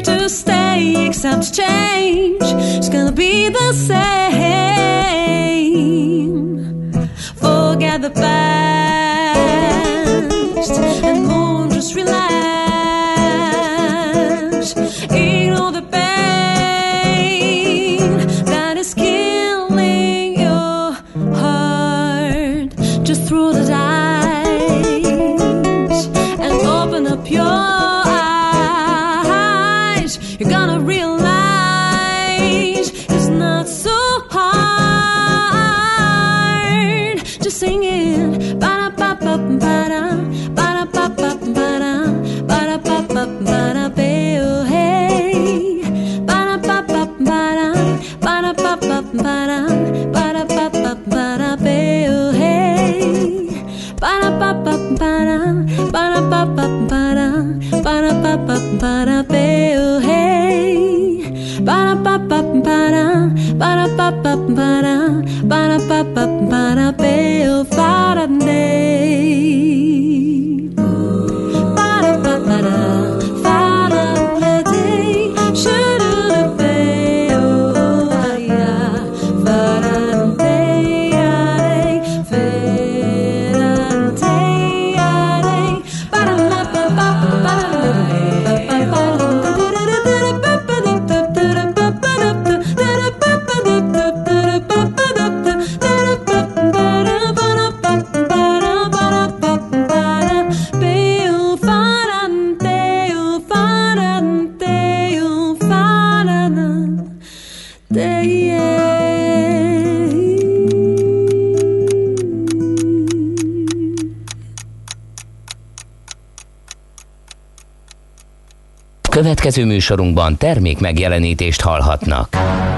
to stay except change. It's gonna be the same. Forget the past and more, just relax. Ignore the pain that is killing your heart. Just throw the dice and open up your eyes. You're gonna realize it's not so hard. Just sing it. Ba-da-ba-ba-ba-da, ba-da-ba-ba-ba-da, ba-da-ba-ba-ba-da, oh hey. Ba-da-ba-ba-ba-da, ba-da-ba-ba-ba-da, ba-da-ba-ba-ba-da, oh hey. Ba-da-ba-ba-ba-da, ba-da-ba-ba-ba-da, ba-da-ba-ba-ba-da, oh hey. Ba-da-ba-ba-ba-da, ba-da-ba-ba-ba-da, ba-da-ba-ba-ba-da, oh Faraday. Ba-da-ba-ba-da, Faraday, shoo-doo-doo-bay, oh yeah. Faraday, Faraday, Következő műsorunkban termék megjelenítést hallhatnak.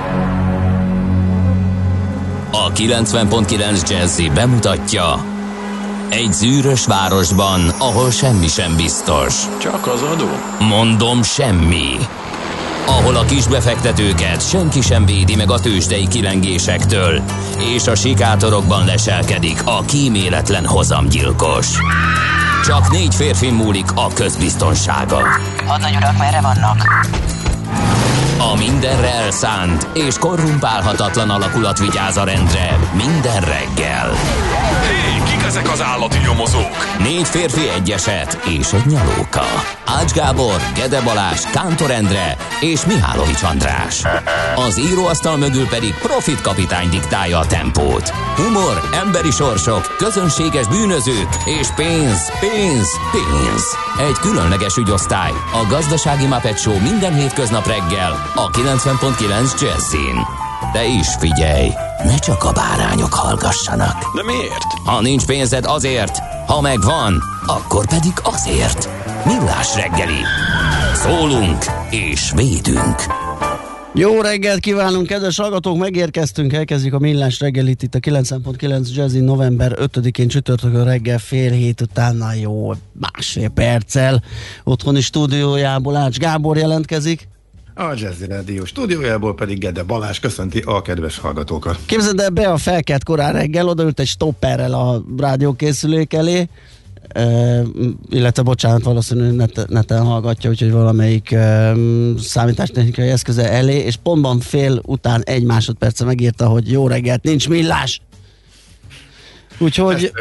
A 90.9 Jazzy bemutatja: egy zűrös városban, ahol semmi sem biztos. Csak az adó? Mondom, semmi. Ahol a kisbefektetőket senki sem védi meg a tőzsdei kilengésektől, és a sikátorokban leselkedik a kíméletlen hozamgyilkos. Csak 4 férfi múlik a közbiztonsága. Hadnagy urak, merre vannak? A mindenre elszánt és korrumpálhatatlan alakulat vigyáz a rendre minden reggel. Hé, kik ezek az állati nyomozók? 4 férfi, egy eset és egy nyalóka. Ács Gábor, Gede Balázs, Kántor Endre és Mihálovics András. Az íróasztal mögül pedig Profit kapitány diktálja a tempót. Humor, emberi sorsok, közönséges bűnözők és pénz, pénz, pénz. Egy különleges ügyosztály, a Gazdasági Muppet Show minden hétköznap reggel a 90.9 Jazzin. De is figyelj, ne csak a bárányok hallgassanak. De miért? Ha nincs pénzed, azért, ha megvan, akkor pedig azért. Millás reggeli. Szólunk és védünk. Jó reggelt kívánunk, kedves hallgatók, megérkeztünk, elkezdjük a Millás reggelit itt a 90.9 Jazzy november 5-én csütörtökön reggel fél hét utána jó másfél perccel. Otthoni stúdiójából Ács Gábor jelentkezik. A Jazzy Radio stúdiójából pedig Gede Balázs köszönti a kedves hallgatókat. Képzeld el, be a felkelt korán reggel, odaült egy stopperrel a rádiókészülék elé, illetve bocsánat, valószínűleg neten hallgatja, úgyhogy valamelyik számítástechnikai eszköze elé, és pontban fél után 1 másodperce megírta, hogy jó reggelt, nincs millás. Úgyhogy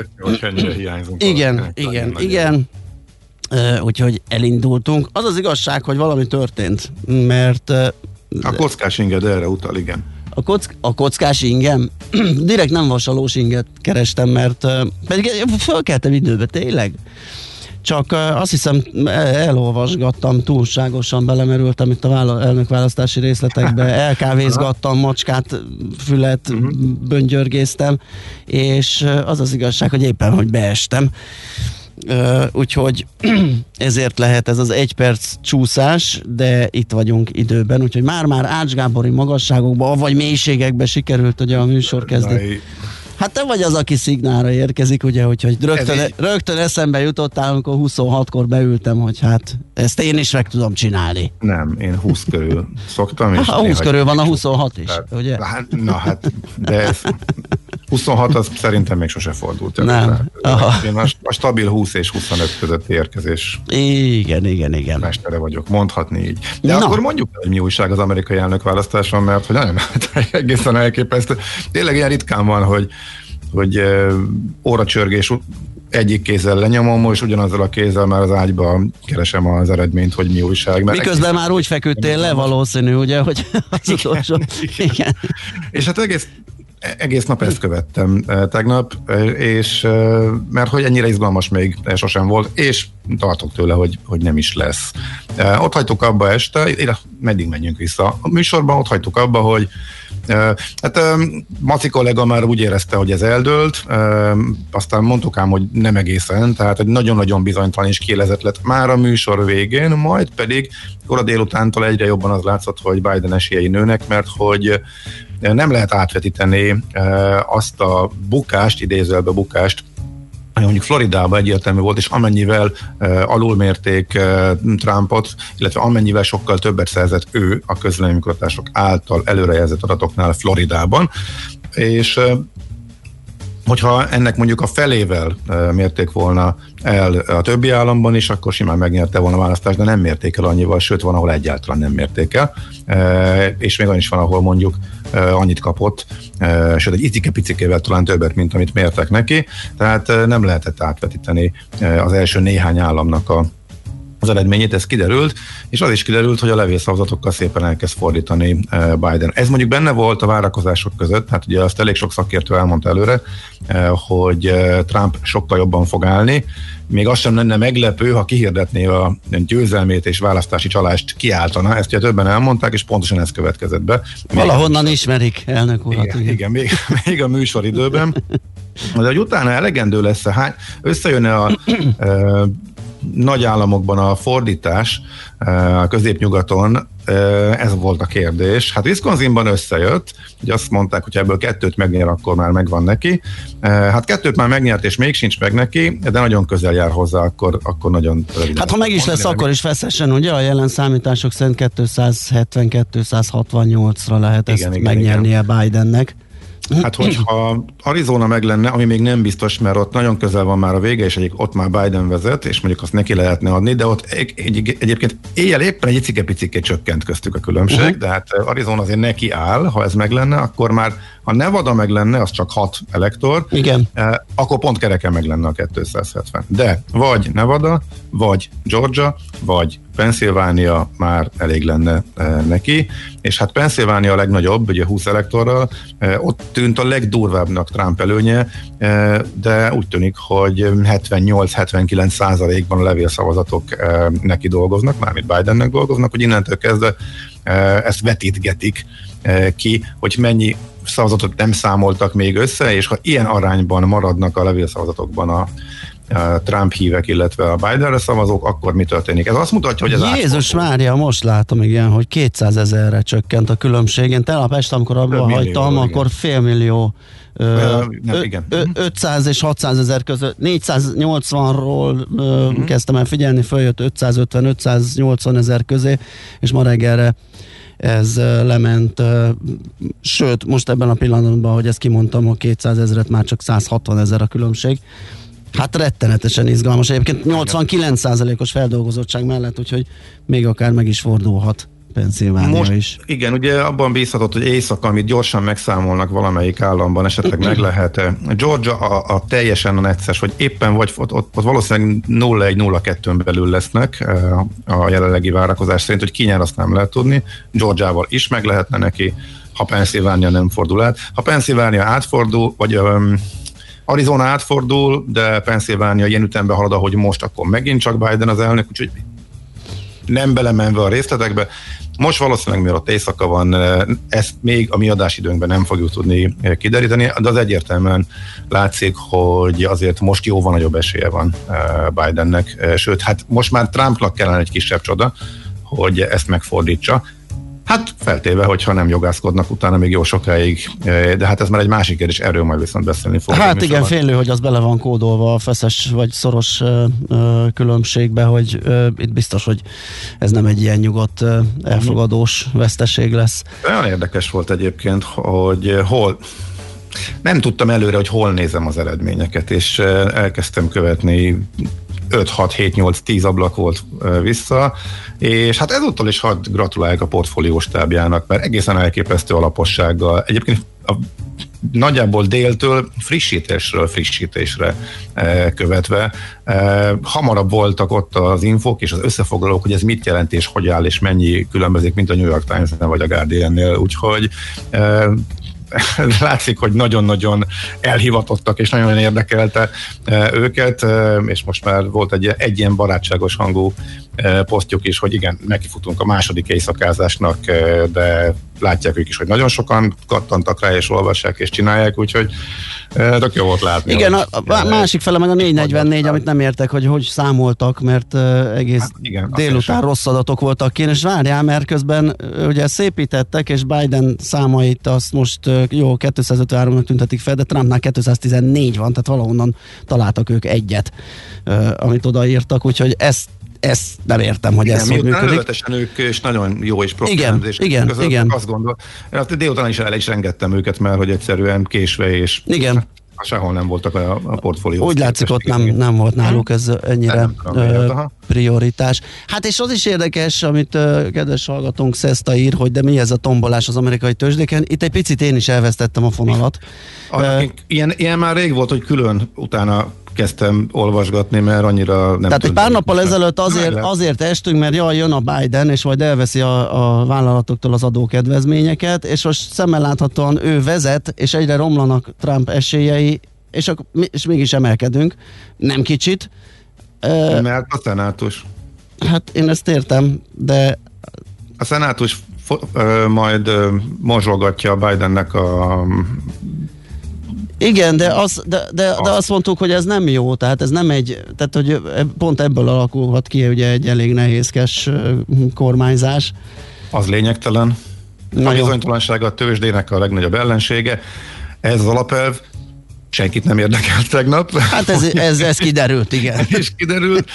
igen. Úgyhogy elindultunk. Az az igazság, hogy valami történt, mert a kockás inged erre utal, igen. A kockás ingem? Direkt nem vasalós inget kerestem, mert pedig fölkeltem időbe, tényleg. Csak azt hiszem elolvasgattam, túlságosan belemerültem itt a elnökválasztási részletekbe, elkávézgattam, macskát, fület böngyörgéztem, és az az igazság, hogy éppen, hogy beestem. Úgyhogy ezért lehet ez az 1 perc csúszás, de itt vagyunk időben, úgyhogy már Ács Gábori magasságokba, vagy mélységekbe sikerült ugye a műsor kezdet. Hát te vagy az, aki szignálra érkezik, ugye, úgyhogy rögtön eszembe jutottál, amikor 26-kor beültem, hogy hát ezt én is meg tudom csinálni. Nem, én 20 körül szoktam. És 20 körül van a 26 is, tehát, ugye? Hát, de ez 26 az szerintem még sose fordult elő. Nem. Én a stabil 20 és 25 közötti érkezés Igen. mestere vagyok, mondhatni így. De akkor mondjuk, hogy mi újság az amerikai elnökválasztáson, mert hogy nagyon egészen elképesztő. Tényleg ilyen ritkán van, hogy óracsörgés egyik kézzel lenyomom, és ugyanazzal a kézzel már az ágyba keresem az eredményt, hogy mi újság. Miközben már úgy feküdtél le valószínű, ugye, hogy az utolsó. Igen. És hát egész nap ezt követtem tegnap, és mert hogy ennyire izgalmas még sosem volt, és tartok tőle, hogy nem is lesz. Ott hagytuk abba este, meddig menjünk vissza? A műsorban ott hagytuk abba, hogy Maci kollega már úgy érezte, hogy ez eldőlt, aztán mondtuk ám, hogy nem egészen, tehát hogy nagyon-nagyon bizonytalan és kiélezett lett már a műsor végén, majd pedig kora délutántól egyre jobban az látszott, hogy Biden esélyei nőnek, mert hogy nem lehet átvetíteni azt a bukást, idézőjelbe bukást, mondjuk Floridában egyértelmű volt, és amennyivel alulmérték Trumpot, illetve amennyivel sokkal többet szerzett ő a közvéleménykutatások által előrejelzett adatoknál Floridában, és hogyha ennek mondjuk a felével mérték volna el a többi államban is, akkor simán megnyerte volna a választást, de nem mérték el annyival, sőt van, ahol egyáltalán nem mérték el, és még olyan is van, ahol mondjuk annyit kapott, sőt egy icike-picikével talán többet, mint amit mértek neki, tehát nem lehetett átvetíteni az első néhány államnak az eredményét, ez kiderült, és az is kiderült, hogy a levélszavazatokkal szépen elkezd fordítani Biden. Ez mondjuk benne volt a várakozások között, hát ugye azt elég sok szakértő elmondta előre, hogy Trump sokkal jobban fog állni, még az sem lenne meglepő, ha kihirdetné a győzelmét és választási csalást kiáltana, ezt ugye többen elmondták, és pontosan ez következett be. Valahonnan ismerik, elnök urat. Igen, még a műsoridőben. De hogy utána elegendő lesz, összejönne a nagy államokban a fordítás a középnyugaton, ez volt a kérdés. Hát Wisconsinban összejött, hogy azt mondták, hogy ebből 2 megnyer, akkor már megvan neki. Hát 2 már megnyert, és még sincs meg neki, de nagyon közel jár hozzá, akkor nagyon röviden. Hát ha meg is lesz, akkor is feszesen, ugye? A jelen számítások szerint 270-268-ra lehet ezt megnyernie Bidennek. Hát hogyha Arizona meg lenne, ami még nem biztos, mert ott nagyon közel van már a vége, és ott már Biden vezet, és mondjuk azt neki lehetne adni, de ott egyébként éjjel éppen egy icike-picike csökkent köztük a különbség, de hát Arizona azért neki áll, ha ez meg lenne, akkor már, ha Nevada meg lenne, az csak 6 elektor, igen. Akkor pont kereken meg lenne a 270. De vagy Nevada, vagy Georgia, vagy Pennsylvania már elég lenne neki, és hát Pennsylvania a legnagyobb, ugye 20 elektorral, ott tűnt a legdurvábbnak Trump előnye, de úgy tűnik, hogy 78-79%-ban a levélszavazatok neki dolgoznak, mármint Bidennek dolgoznak, hogy innentől kezdve ezt vetítgetik ki, hogy mennyi szavazatot nem számoltak még össze, és ha ilyen arányban maradnak a levélszavazatokban a Trump hívek, illetve a Bidenre szavazók, akkor mi történik? Ez azt mutatja, hogy ez Jézus Mária, most látom, igen, hogy 200 000-re csökkent a különbség. Én tegnap este, amikor abban hagytam, akkor félmillió 500 és 600 000 között, 480-ról kezdtem el figyelni, följött 550-580 000 közé, és ma reggelre ez lement, sőt, most ebben a pillanatban, hogy ezt kimondtam, a 200 000-et már csak 160 000 a különbség. Hát rettenetesen izgalmas. Egyébként 89%-os feldolgozottság mellett, úgyhogy még akár meg is fordulhat Pennsylvania is. Igen, ugye abban bízhatott, hogy éjszaka, amit gyorsan megszámolnak valamelyik államban, esetleg meg lehet. Georgia a teljesen necces, hogy éppen vagy ott valószínűleg 0-1-0-2-n belül lesznek a jelenlegi várakozás szerint, hogy ki nyer, azt nem lehet tudni. Georgiával is meg lehetne neki, ha Pennsylvania nem fordul át. Ha Pennsylvania átfordul, vagy Arizona átfordul, de Pennsylvania ilyen ütemben halad, ahogy most, akkor megint csak Biden az elnök, úgyhogy nem belemenve a részletekbe. Most valószínűleg, miért ott éjszaka van, ezt még a mi adásidőnkben nem fogjuk tudni kideríteni, de az egyértelműen látszik, hogy azért most jóval nagyobb esélye van Bidennek, sőt, hát most már Trumpnak kellene egy kisebb csoda, hogy ezt megfordítsa. Hát feltéve, hogyha nem jogászkodnak utána még jó sokáig, de hát ez már egy másik kérdés, erről majd viszont beszélni fogunk. Hát igen, félő, hogy az bele van kódolva a feszes vagy szoros különbségbe, hogy itt biztos, hogy ez nem egy ilyen nyugodt, elfogadós veszteség lesz. Olyan érdekes volt egyébként, hogy hol nem tudtam előre, hogy hol nézem az eredményeket, és elkezdtem követni 5-6-7-8-10 ablak volt vissza, és hát ezúttal is hadd gratuláljak a portfólióstábjának, mert egészen elképesztő alapossággal. Egyébként nagyjából déltől frissítésre követve. Hamarabb voltak ott az infók és az összefoglalók, hogy ez mit jelent és hogy áll és mennyi különbözik, mint a New York Times-nél vagy a Guardian-nél, úgyhogy látszik, hogy nagyon-nagyon elhivatottak és nagyon érdekelte őket, és most már volt egy ilyen barátságos hangú posztjuk is, hogy igen, nekifutunk a második éjszakázásnak, de látják ők is, hogy nagyon sokan kattantak rá és olvassák és csinálják, úgyhogy tök jó volt látni. Igen, a másik fele meg a 444, amit nem értek, hogy számoltak, mert egész igen, délután rossz adatok voltak ki, és várjál, mert közben ugye szépítettek, és Biden számait azt most jó 253-nak tüntetik fel, de Trumpnál 214 van, tehát valahonnan találtak ők egyet, amit odaírtak, úgyhogy ezt nem értem, hogy ez hogy működik. Előzetesen ők és nagyon jó és profi igen. Azt gondolom. Én azt délután is el is rengettem őket, mert hogy egyszerűen késve és igen. Sehol nem voltak a portfólió. Úgy látszik, ott nem volt náluk ez ennyire prioritás. Hát és az is érdekes, amit kedves hallgatónk Szeszta ír, hogy de mi ez a tombolás az amerikai tőzsdéken. Itt egy picit én is elvesztettem a fonalat. Ilyen már rég volt, hogy külön utána kezdtem olvasgatni, mert annyira nem. Tehát egy pár nappal ezelőtt azért estünk, mert jön a Biden, és majd elveszi a vállalatoktól az adókedvezményeket, és most szemmel láthatóan ő vezet, és egyre romlanak Trump esélyei, és mégis emelkedünk, nem kicsit. Mert a szenátus. Hát én ezt értem, de... A szenátus majd morzsolgatja a Bidennek a... Igen, de azt mondtuk, hogy ez nem jó, tehát ez nem tehát hogy pont ebből alakulhat ki ugye egy elég nehézkes kormányzás. Az lényegtelen. A bizonytalanság a tőzsdének a legnagyobb ellensége. Ez az alapelv senkit nem érdekelt tegnap. Hát ez kiderült, igen. És kiderült.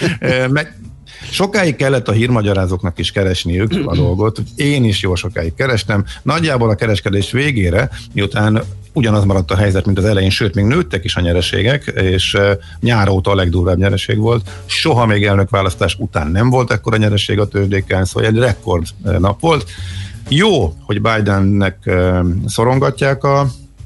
Sokáig kellett a hírmagyarázóknak is keresniük a dolgot. Én is jó sokáig kerestem. Nagyjából a kereskedés végére, miután ugyanaz maradt a helyzet, mint az elején, sőt, még nőttek is a nyereségek, és nyár óta a legdurvább nyereség volt. Soha még elnökválasztás után nem volt ekkora nyereség a tőzsdéken, szóval egy rekord nap volt. Jó, hogy Bidennek szorongatják a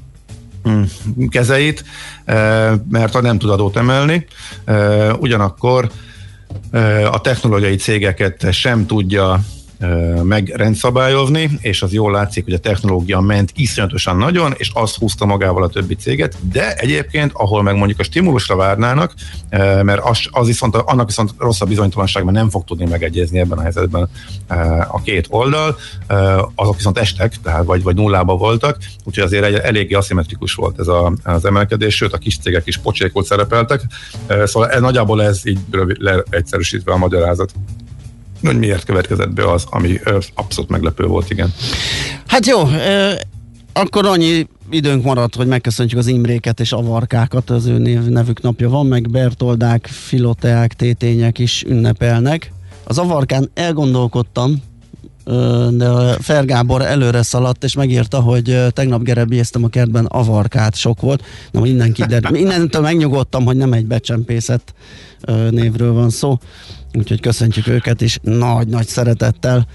kezeit, mert nem tud adót emelni. Ugyanakkor a technológiai cégeket sem tudja megrendszabályozni, és az jól látszik, hogy a technológia ment iszonyatosan nagyon, és az húzta magával a többi céget, de egyébként, ahol meg mondjuk a stimulusra várnának, mert annak viszont rossz a bizonytalanság, mert nem fog tudni megegyezni ebben a helyzetben a két oldal, azok viszont estek, tehát vagy nullába voltak, úgyhogy azért eléggé aszimmetrikus volt ez az emelkedés, sőt a kis cégek is pocsékot szerepeltek, szóval nagyjából ez így leegyszerűsítve a magyarázat. Hogy miért következett be az, ami abszolút meglepő volt, igen. Hát jó, akkor annyi időnk maradt, hogy megköszöntjük az Imréket és Avarkákat, az ő nevük napja van, meg Bertoldák, Filoteák, Tétények is ünnepelnek. Az Avarkán elgondolkodtam, de a Fergábor előre szaladt, és megírta, hogy tegnap gerebjéztem a kertben Avarkát, sok volt. Na, innentől megnyugodtam, hogy nem egy becsempészett névről van szó. Úgyhogy köszöntjük őket is nagy-nagy szeretettel.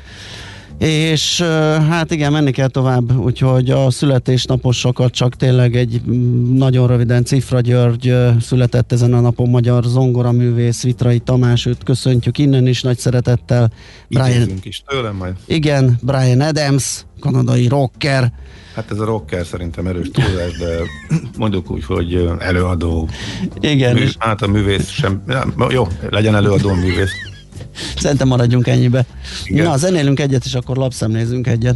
És hát igen, menni kell tovább, úgyhogy a születésnaposokat csak tényleg egy nagyon röviden, Cifra György született ezen a napon, magyar zongoraművész, Vitrai Tamás, őt köszöntjük innen is nagy szeretettel. Brian is tőlem majd. Igen, Brian Adams, kanadai rocker. Hát ez a rocker szerintem erős túlzás, de mondjuk úgy, hogy előadó. Igen. Hát a művész sem, jó, legyen előadó művész. Szerintem maradjunk ennyibe. Igen. Na, zenélünk egyet, és akkor lapszemlézünk egyet.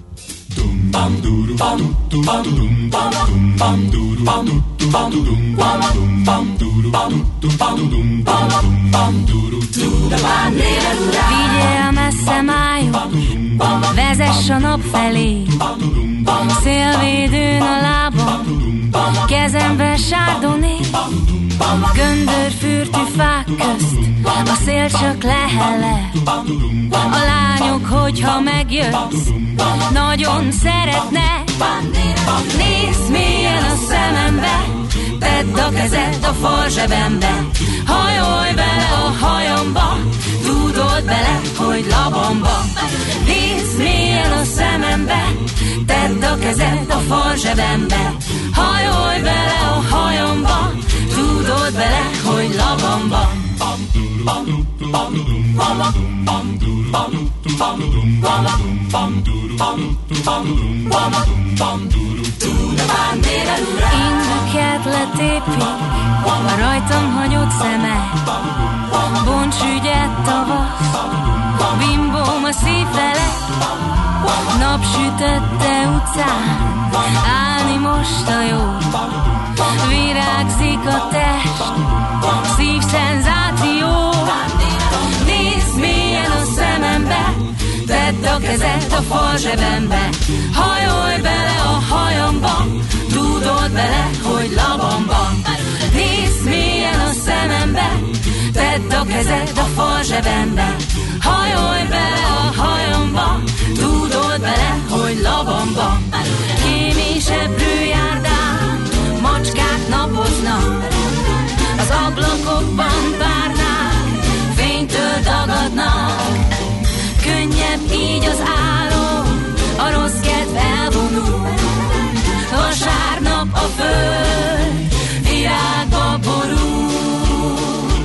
Vigyél messze májon, vezess a nap felé, szélvédőn a lábam, kezemben sárdoné, Göndörfürtű fák közt a szél csak lehele. A lányok, hogyha megjössz, nagyon szeretnek. Nézd mélyen a szemembe, tedd a kezed a farzsebembe. Hajolj bele a hajamba, tudod bele, hogy labamba. Nézd mélyen a szemembe, tedd a kezed a farzsebembe. Hajolj bele a hajamba, tudod bele, hogy labamba. Indukját letépik a rajtam hagyott szeme. Bonts ügyet tavasz, bimbóm a szív fele. Napsütötte utcán, állni most a jó. Virágzik a test, szívszenzáció. Nézd mélyen a szemembe, tedd a kezed a farzsebembe. Hajolj bele a hajamba, tudod bele, hogy labamba. Nézd mélyen a szemembe, tedd a kezed a farzsebembe. Hajolj bele a hajamba, tudod bele, hogy labamba. Kéményseprő járdán macskák napoznak, az ablakokban párnák fénytől dagadnak. Könnyebb így az álom, a rossz kedv elvonul. Vasárnap a föld virágba borul.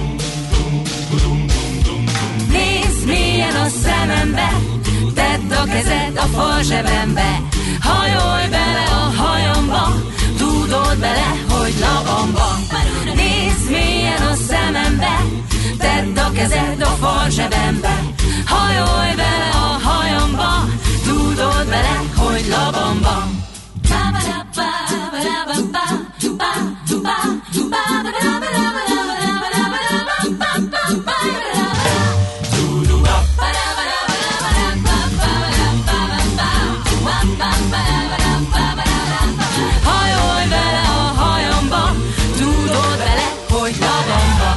Nézd mélyen a szemembe, tedd a kezed a farzsebembe. Hajolj bele a hajamba, tudod bele, hogy labamba. Nézd mélyen a szemembe, tedd a kezed a farzsebembe. Hajolj bele a hajamba, tudod bele, hogy labamba. Hajolj bele a hajamba, tudod bele, hogy labamba.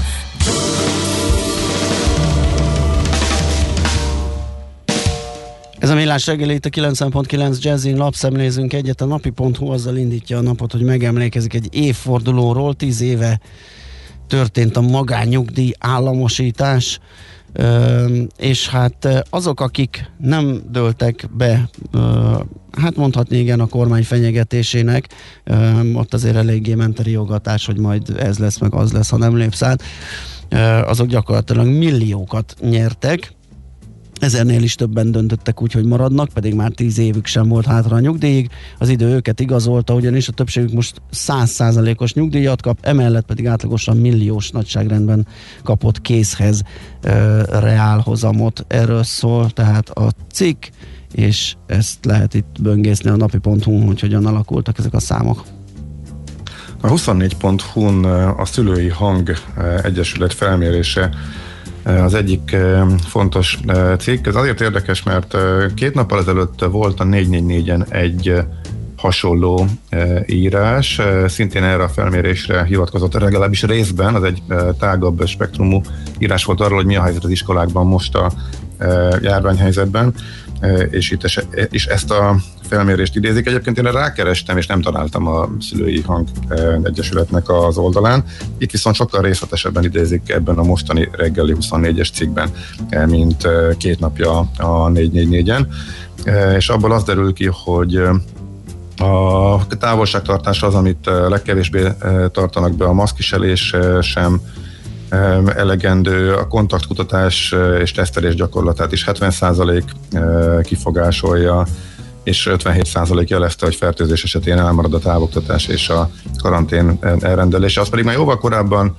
Ez a Millás reggeli, itt a 90.9 Jazzin, lapszemlézünk egyet. A napi.hu azzal indítja a napot, hogy megemlékezik egy évfordulóról. 10 éve történt a magánnyugdíj államosítás, és hát azok, akik nem dőltek be, hát mondhatni igen a kormány fenyegetésének, ott azért eléggé ment a riogatás, hogy majd ez lesz, meg az lesz, ha nem lépsz át, azok gyakorlatilag milliókat nyertek. 1000-nél is többen döntöttek úgy, hogy maradnak, pedig már 10 évük sem volt hátra a nyugdíjig. Az idő őket igazolta, ugyanis a többségük most 100%-os nyugdíjat kap, emellett pedig átlagosan milliós nagyságrendben kapott készhez reálhozamot. Erről szól tehát a cikk, és ezt lehet itt böngészni a napi.hu-n, hogy hogyan alakultak ezek a számok. A 24.hu-n a Szülői Hang Egyesület felmérése az egyik fontos cikk. Ez azért érdekes, mert 2 nappal ezelőtt volt a 444-en egy hasonló írás, szintén erre a felmérésre hivatkozott legalábbis részben, az egy tágabb spektrumú írás volt arról, hogy mi a helyzet az iskolákban most a járványhelyzetben, és itt is ezt a felmérést idézik. Egyébként én rákerestem, és nem találtam a Szülői Hang Egyesületnek az oldalán. Itt viszont sokkal részletesebben idézik ebben a mostani reggeli 24-es cikkben, mint 2 napja a 444-en. És abból az derül ki, hogy a távolságtartás az, amit legkevésbé tartanak be, a maszkviselés sem elegendő, a kontaktkutatás és tesztelés gyakorlatát is 70% kifogásolja, és 57% jelezte, hogy fertőzés esetén elmarad a távoktatás és a karantén elrendelése. Az pedig már jóval korábban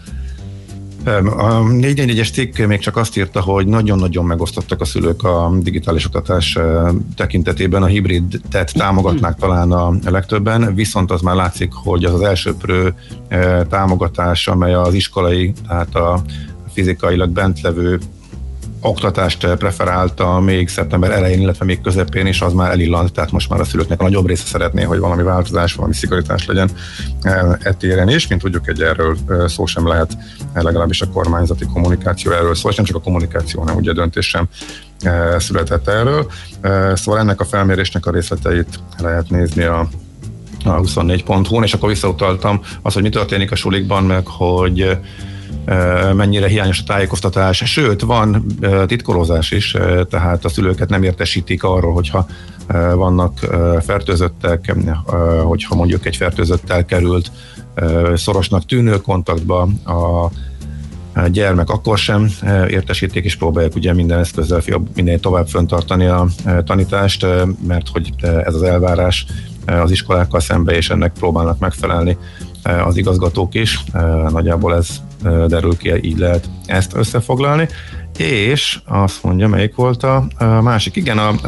a 444-es cikk még csak azt írta, hogy nagyon-nagyon megosztottak a szülők a digitális oktatás tekintetében, a hibridet támogatnák talán a legtöbben, viszont az már látszik, hogy az elsöprő támogatás, amely az iskolai, tehát a fizikailag bent levő oktatást preferálta még szeptember elején, illetve még közepén, és az már elillant, tehát most már a szülőknek a nagyobb része szeretné, hogy valami változás, valami szigorítás legyen téren is. Mint tudjuk, hogy erről szó sem lehet, legalábbis a kormányzati kommunikáció erről szól, és nem csak a kommunikáció, hanem ugye döntés sem született erről. Szóval ennek a felmérésnek a részleteit lehet nézni a 24.hu-n, és akkor visszautaltam az, hogy mi történik a sulikban, meg hogy mennyire hiányos a tájékoztatás, sőt, van titkolózás is, tehát a szülőket nem értesítik arról, hogyha vannak fertőzöttek, hogyha mondjuk egy fertőzöttel került szorosnak tűnő kontaktba a gyermek, akkor sem értesítik, és próbálják ugye minden eszközzel minél tovább fenntartani a tanítást, mert hogy ez az elvárás az iskolákkal szembe, és ennek próbálnak megfelelni az igazgatók is. Nagyjából ez derül ki, így lehet ezt összefoglalni. És azt mondja, melyik volt a másik? Igen, a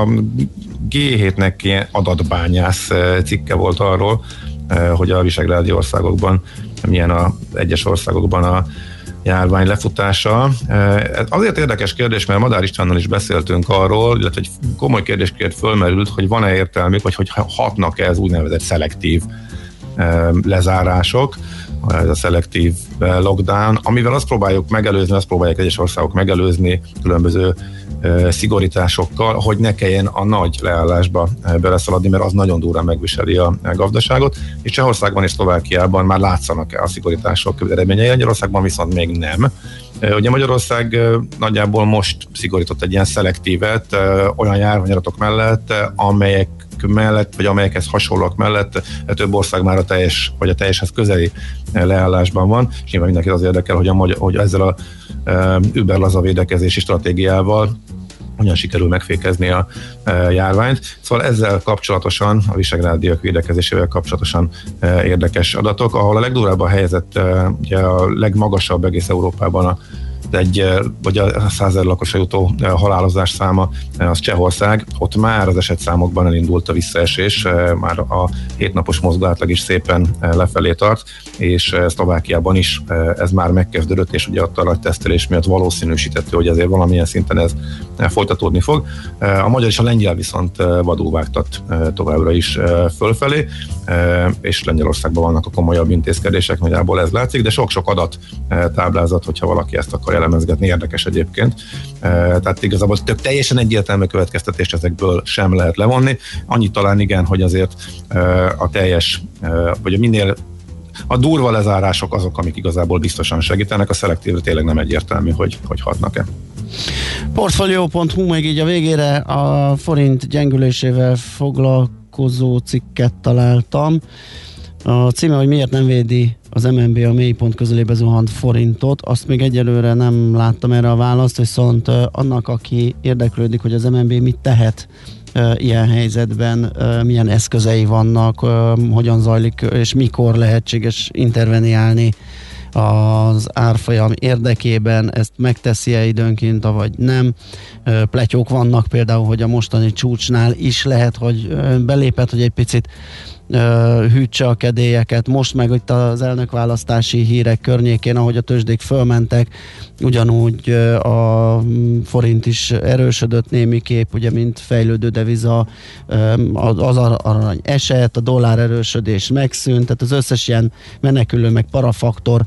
G7-nek ilyen adatbányász cikke volt arról, hogy a visegrádi országokban milyen az egyes országokban a járvány lefutása. Azért érdekes kérdés, mert Madár Istvánnal is beszéltünk arról, illetve egy komoly kérdéskért fölmerült, hogy van-e értelmük, vagy hogy hatnak-e ez úgynevezett szelektív lezárások, ez a szelektív lockdown, amivel azt próbáljuk megelőzni, azt próbálják egyes országok megelőzni különböző szigorításokkal, hogy ne kelljen a nagy leállásba beleszaladni, mert az nagyon durván megviseli a gazdaságot, és Csehországban és Szlovákiában már látszanak a szigorítások eredményei, Magyarországban viszont még nem. Ugye Magyarország nagyjából most szigorított egy ilyen szelektívet olyan járványadatok mellett, amelyek mellett, vagy amelyekhez hasonlóak mellett több ország már a teljes, vagy a teljeshez közeli leállásban van, és nyilván mindenkit az érdekel, hogy ezzel a überlaza védekezési stratégiával hogyan sikerül megfékezni a járványt. Szóval ezzel kapcsolatosan, a visegrádiak védekezésével kapcsolatosan érdekes adatok, ahol a legdurvább a helyzet, ugye a legmagasabb egész Európában vagy a 100 000 lakosra jutó halálozás száma az Csehország, ott már az esetszámokban elindult a visszaesés, már a 7 napos mozgóátlag is szépen lefelé tart, és Szlovákiában is ez már megkezdődött, és ugye ott a nagy tesztelés miatt valószínűsítettő, hogy azért valamilyen szinten ez folytatódni fog. A magyar és a lengyel viszont vadul vágtat továbbra is fölfelé, és Lengyelországban vannak a komolyabb intézkedések, nagyjából ez látszik, de sok-sok adat táblázat, hogyha valaki ezt akar elemezgetni, érdekes egyébként. Tehát igazából teljesen egyértelmű következtetést ezekből sem lehet levonni. Annyit talán igen, hogy azért a teljes, vagy minél a durva lezárások azok, amik igazából biztosan segítenek, a szelektívre tényleg nem egyértelmű, hogy hatnak-e. Portfolio.hu még így a végére a forint gyengülésével foglalkozó cikket találtam. A címe, hogy miért nem védi az MNB a mélypont közelébe zuhant forintot, azt még egyelőre nem láttam erre a választ, viszont annak, aki érdeklődik, hogy az MNB mit tehet ilyen helyzetben, milyen eszközei vannak, hogyan zajlik, és mikor lehetséges interveniálni az árfolyam érdekében, ezt megteszi-e időnként, vagy nem. Pletyók vannak például, hogy a mostani csúcsnál is lehet, hogy belépett, hogy egy picit hűtse a kedélyeket. Most meg itt az elnökválasztási hírek környékén, ahogy a tőzsdék fölmentek, ugyanúgy a forint is erősödött némiképp, ugye mint fejlődő deviza, az arany esett, a dollár erősödés megszűnt, tehát az összes ilyen menekülő meg parafaktor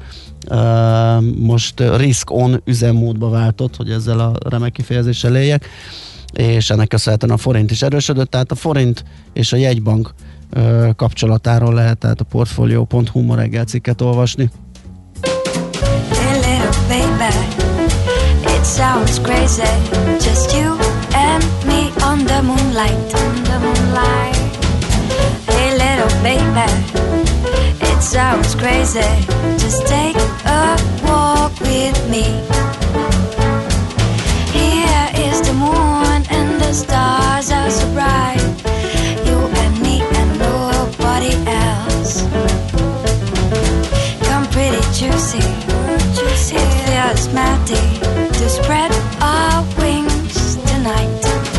most risk on üzemmódba váltott, hogy ezzel a remek kifejezéssel éljek, és ennek köszönhetően a forint is erősödött, tehát a forint és a jegybank kapcsolatáról lehet tehát a Portfolio.hu ma reggel cikket olvasni. Hey little baby, it sounds crazy, just you and me on the moonlight, Hey little baby, it sounds crazy, just take a walk with me. Here is the moon and the stars are so bright, you and me and nobody else. Come pretty juicy, it feels mighty to spread our wings tonight.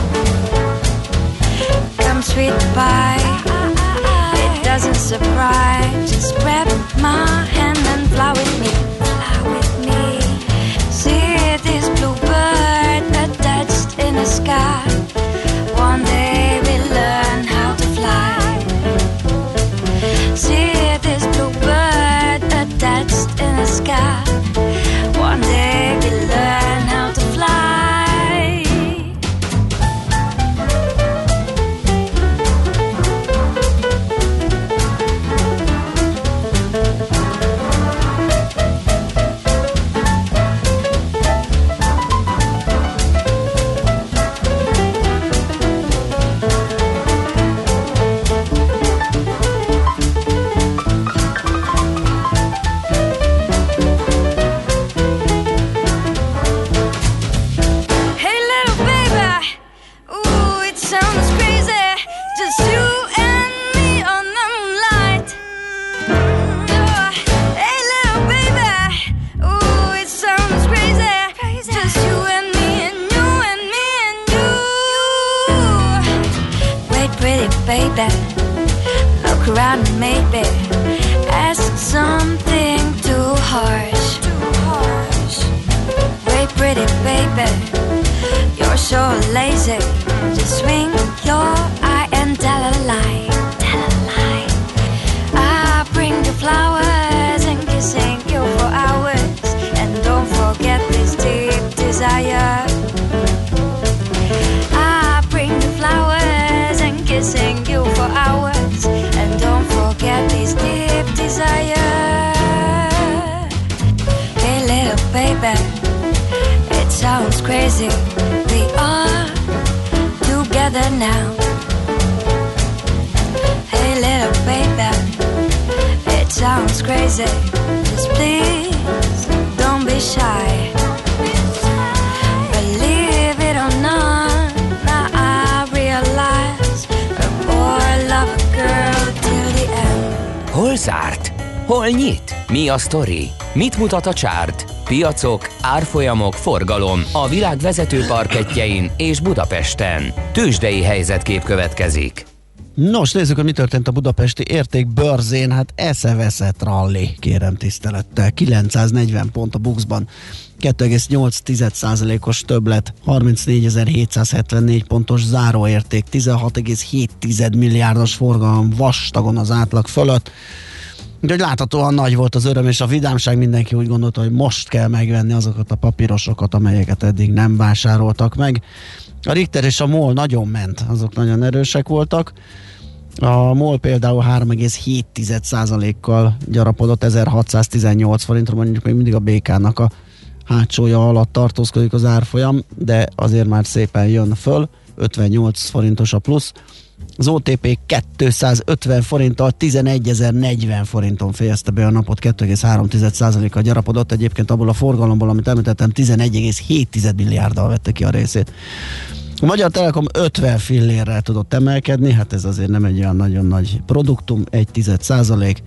Come sweet pie, it doesn't surprise, just grab my hand and fly with me, baby. Look around and maybe ask something too harsh. Way pretty baby, you're so lazy. Just swing your eye and tell a lie. I bring you flowers and kissing you for hours, and don't forget this deep desire. I bring you flowers and kissing you for hours, and don't forget this deep desire. Hey little baby, it sounds crazy, we are together now. Hey little baby, it sounds crazy, just please don't be shy. Believe it or not, now I realize a boy love a girl till the end. Hol zárt? Hol nyit? Mi a sztori? Mit mutat a csárt? Piacok, árfolyamok, forgalom a világ vezető parkettjein és Budapesten. Tőzsdei helyzetkép következik. Nos, nézzük, hogy mi történt a budapesti értékbörzén. Hát eszeveszett ralli, kérem tisztelettel. 940 pont a BUX-ban, 2,8%-os többlet, 34.774 pontos záróérték, 16,7 milliárdos forgalom vastagon az átlag fölött. Úgyhogy láthatóan nagy volt az öröm és a vidámság, mindenki úgy gondolta, hogy most kell megvenni azokat a papírosokat, amelyeket eddig nem vásároltak meg. A Richter és a MOL nagyon ment, azok nagyon erősek voltak. A MOL például 3,7%-kal gyarapodott 1618 forintra, mondjuk még mindig a BK-nak a hátsója alatt tartózkodik az árfolyam, de azért már szépen jön föl, 58 forintos a plusz. Az OTP 250 forinttal 11.040 forinton fejezte be a napot, 2,3%-kal gyarapodott. Egyébként abból a forgalomból, amit említettem, 11,7 milliárddal vette ki a részét. A Magyar Telekom 50 fillérrel tudott emelkedni, hát ez azért nem egy olyan nagyon nagy produktum, 1,1%,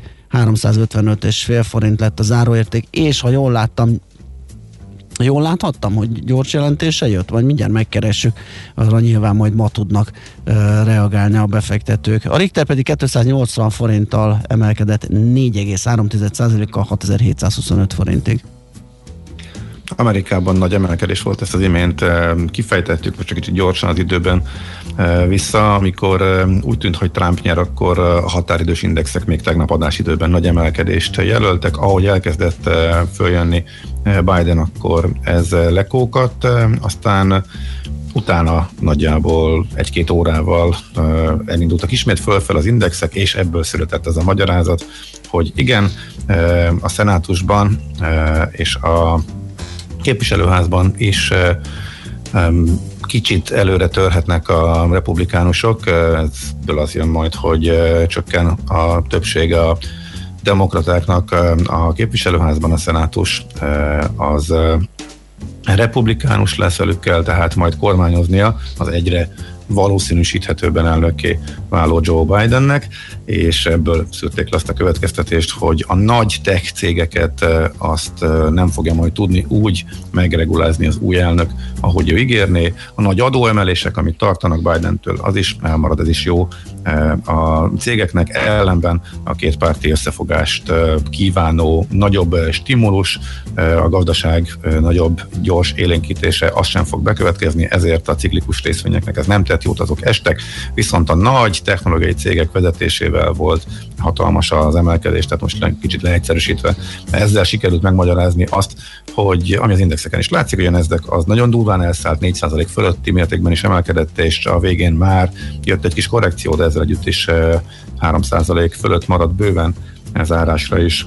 355,5 forint lett a záróérték, és ha jól láthattam, hogy gyors jelentése jött, vagy mindjárt megkeressük, arra nyilván majd ma tudnak reagálni a befektetők. A Richter pedig 280 forinttal emelkedett 4,3%-kal 6725 forintig. Amerikában nagy emelkedés volt, ezt az imént kifejtettük, most csak kicsit gyorsan az időben vissza, amikor úgy tűnt, hogy Trump nyer, akkor a határidős indexek még tegnap adásidőben nagy emelkedést jelöltek, ahogy elkezdett följönni Biden, akkor ez lekókadt, aztán utána nagyjából 1-2 órával elindultak ismét fölfel az indexek, és ebből született ez a magyarázat, hogy igen, a szenátusban és a képviselőházban is kicsit előre törhetnek a republikánusok, ebből az jön majd, hogy csökken a többség a demokratáknak a képviselőházban, a szenátus az republikánus lesz, velük kell tehát majd kormányoznia az egyre valószínűsíthetőbben elnökké váló Joe Bidennek, és ebből szűrték le azt a következtetést, hogy a nagy tech cégeket azt nem fogja majd tudni úgy megregulázni az új elnök, ahogy ő ígérné. A nagy adóemelések, amit tartanak Bidentől, az is elmarad, ez is jó a cégeknek, ellenben a kétpárti összefogást kívánó nagyobb stimulus, a gazdaság nagyobb gyors élénkítése, az sem fog bekövetkezni, ezért a ciklikus részvényeknek ez nem tett jót, azok estek, viszont a nagy technológiai cégek vezetésével volt hatalmas az emelkedés, tehát most kicsit leegyszerűsítve ezzel sikerült megmagyarázni azt, hogy ami az indexeken is látszik, hogy a Nasdaq az nagyon durván elszállt, 4% fölötti mértékben is emelkedett, és a végén már jött egy kis korrekció, de ezzel együtt is 3% fölött maradt bőven zárásra is.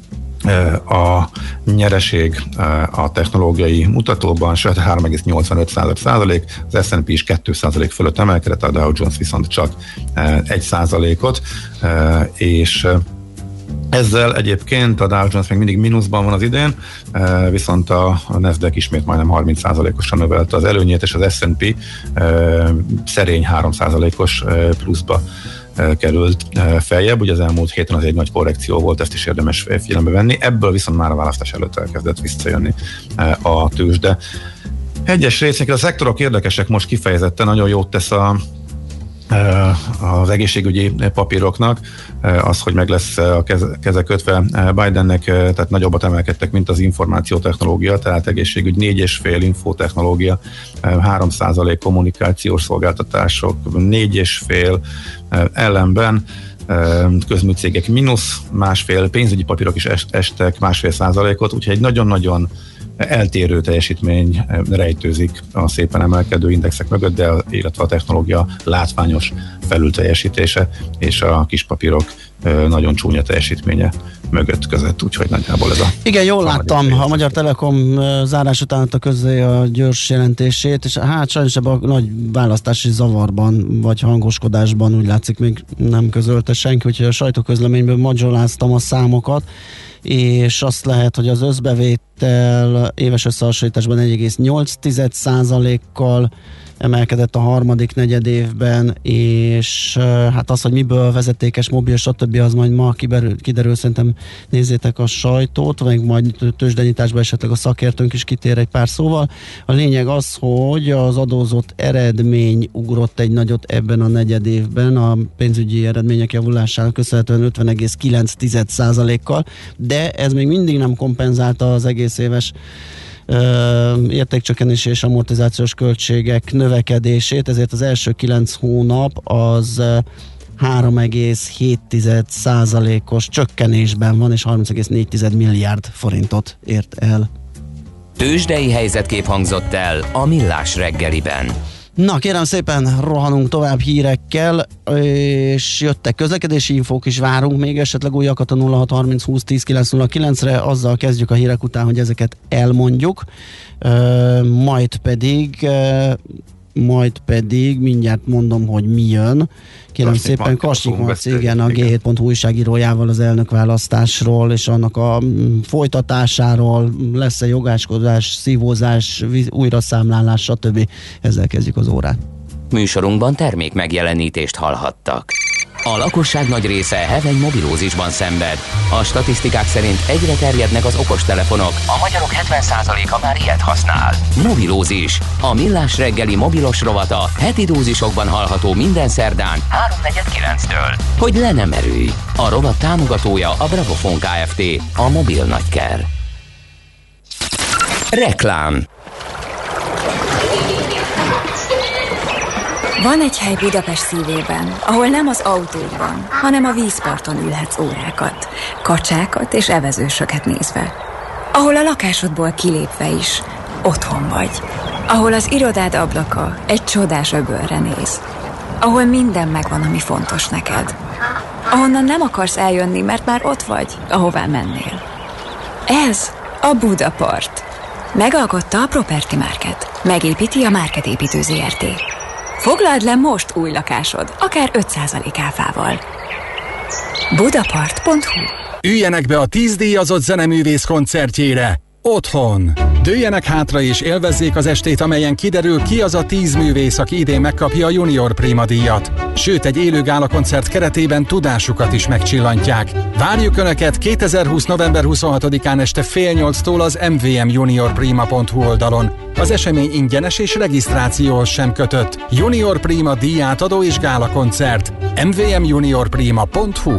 A nyereség a technológiai mutatóban, sőt 3,85%, az S&P is 2% fölött emelkedett, a Dow Jones viszont csak 1%-ot, és ezzel egyébként a Dow Jones még mindig mínuszban van az idén, viszont a Nasdaq ismét majdnem 30%-osan növelte az előnyét, és az S&P szerény 3%-os pluszba került feljebb. Ugye az elmúlt héten az egy nagy korrekció volt, ezt is érdemes figyelembe venni. Ebből viszont már a választás előtt elkezdett visszajönni a tőzsde. Egyes részekre a szektorok érdekesek most kifejezetten, nagyon jót tesz a az egészségügyi papíroknak, az, hogy meg lesz a keze kötve Bidennek, tehát nagyobbat emelkedtek, mint az információtechnológia, tehát egészségügy 4,5, infotechnológia 3% kommunikációs szolgáltatások 4,5, ellenben közműcégek mínusz 1,5, pénzügyi papírok is estek 1,5%, úgyhogy egy nagyon-nagyon eltérő teljesítmény rejtőzik a szépen emelkedő indexek mögött, illetve a technológia látványos felülteljesítése és a kis papírok nagyon csúnya teljesítménye között, úgyhogy nagyjából ez a... Igen, jól láttam, a Magyar Telekom zárás után adta közzé a gyors jelentését, és hát sajnos ebben a nagy választási zavarban, vagy hangoskodásban úgy látszik még nem közölte senki, úgyhogy a sajtóközleményből magyaráztam a számokat, és azt lehet, hogy az összbevétel éves összehasonlításban 1,8%-kal emelkedett a harmadik negyedévben, és hát az, hogy miből vezetékes, mobil, stb. Az majd ma kiderül, szerintem nézzétek a sajtót, meg majd tőzsdenyításban esetleg a szakértőnk is kitér egy pár szóval. A lényeg az, hogy az adózott eredmény ugrott egy nagyot ebben a negyedévben, a pénzügyi eredmények javulásának köszönhetően 50,9%-kal, de ez még mindig nem kompenzálta az egész éves értékcsökkenés és amortizációs költségek növekedését, ezért az első 9 hónap az 3,7%-os csökkenésben van, és 30,4 milliárd forintot ért el. Tőzsdei helyzetkép hangzott el a Millás reggeliben. Na, kérem szépen, rohanunk tovább hírekkel, és jöttek közlekedési infók is, várunk még esetleg újakat a 0630 20 10 909-re, azzal kezdjük a hírek után, hogy ezeket elmondjuk, majd pedig mindjárt mondom, hogy mi jön. Kérem szépen, Kassnyik Marci, igen, a G7.hu újságírójával az elnökválasztásról és annak a folytatásáról, lesz-e jogáskodás, szívózás, újraszámlálás, stb. Ezzel kezdjük az órát. Műsorunkban termék megjelenítést hallhattak. A lakosság nagy része heveny mobilózisban szenved. A statisztikák szerint egyre terjednek az okostelefonok, a magyarok 70%-a már ilyet használ. Mobilózis, a Millás reggeli mobilos rovata heti dózisokban hallható minden szerdán 3:49-től. Hogy le nem erőj. A rovat támogatója a Bravofon Kft. A mobil nagyker. Reklám. Van egy hely Budapest szívében, ahol nem az autókban, hanem a vízparton ülhetsz órákat, kacsákat és evezősöket nézve. Ahol a lakásodból kilépve is otthon vagy. Ahol az irodád ablaka egy csodás öbölre néz. Ahol minden megvan, ami fontos neked. Ahonnan nem akarsz eljönni, mert már ott vagy, ahová mennél. Ez a Budapart. Megalkotta a Property Market. Megépíti a Market építő Zrt. Foglald le most új lakásod, akár 5% áfával. Budapart.hu. Üljenek be a 10 díjazott zeneművész koncertjére. Otthon. Dőljenek hátra és élvezzék az estét, amelyen kiderül, ki az a 10 művész, aki idén megkapja a Junior Prima díjat. Sőt, egy élő gálakoncert keretében tudásukat is megcsillantják. Várjuk Önöket 2020. november 26-án este 7:30-tól az mvmjuniorprima.hu oldalon. Az esemény ingyenes és regisztrációhoz sem kötött. Junior Prima díjátadó és gálakoncert. mvmjuniorprima.hu.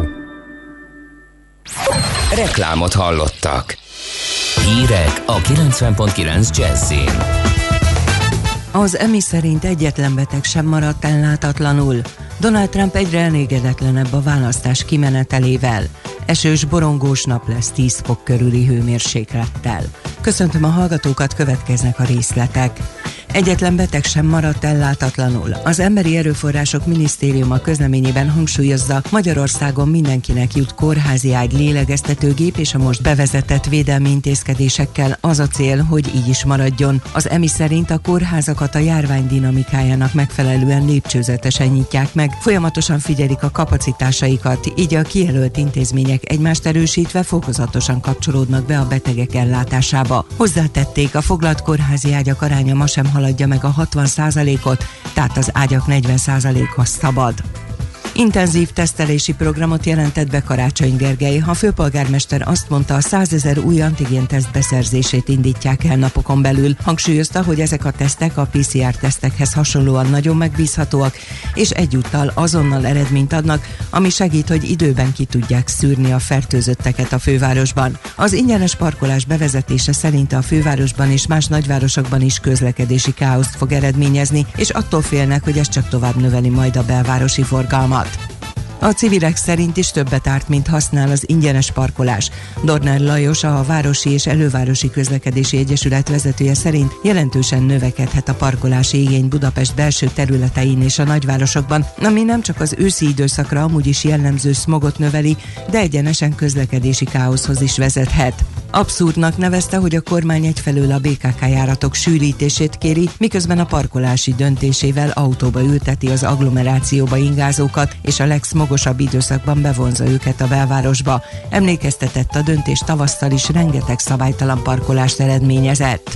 Reklámot hallottak. Hírek a 90.9 Jazzin. Az EMI szerint egyetlen beteg sem maradt ellátatlanul. Donald Trump egyre elégedetlenebb a választás kimenetelével. Esős, borongós nap lesz 10 fok körüli hőmérséklettel. Köszöntöm a hallgatókat, következnek a részletek. Egyetlen beteg sem maradt ellátatlanul. Az Emberi Erőforrások Minisztériuma közleményében hangsúlyozza, Magyarországon mindenkinek jut kórházi ágy, lélegeztetőgép, és a most bevezetett védelmi intézkedésekkel az a cél, hogy így is maradjon. Az EMI szerint a kórházakat a járvány dinamikájának megfelelően lépcsőzetesen nyitják meg, folyamatosan figyelik a kapacitásaikat, így a kijelölt intézmények egymást erősítve fokozatosan kapcsolódnak be a betegek ellátásába. Hozzátették, a foglalt kórházi ágyak aránya ma sem haladja meg a 60%-ot, tehát az ágyak 40%-a szabad. Intenzív tesztelési programot jelentett be Karácsony Gergely. A főpolgármester azt mondta, a 100 000 új antigén-teszt beszerzését indítják el napokon belül. Hangsúlyozta, hogy ezek a tesztek a PCR-tesztekhez hasonlóan nagyon megbízhatóak, és egyúttal azonnal eredményt adnak, ami segít, hogy időben ki tudják szűrni a fertőzötteket a fővárosban. Az ingyenes parkolás bevezetése szerint a fővárosban és más nagyvárosokban is közlekedési káoszt fog eredményezni, és attól félnek, hogy ez csak tovább növeli majd a belvárosi forgalmat. A civilek szerint is többet árt, mint használ az ingyenes parkolás. Dornár Lajos, a Városi és Elővárosi Közlekedési Egyesület vezetője szerint jelentősen növekedhet a parkolási igény Budapest belső területein és a nagyvárosokban, ami nem csak az őszi időszakra amúgy is jellemző szmogot növeli, de egyenesen közlekedési káoszhoz is vezethet. Abszurdnak nevezte, hogy a kormány egyfelől a BKK járatok sűrítését kéri, miközben a parkolási döntésével autóba ülteti az agglomerációba ingázókat, és a legszmogosabb időszakban bevonza őket a belvárosba. Emlékeztetett, a döntés tavasszal is rengeteg szabálytalan parkolást eredményezett.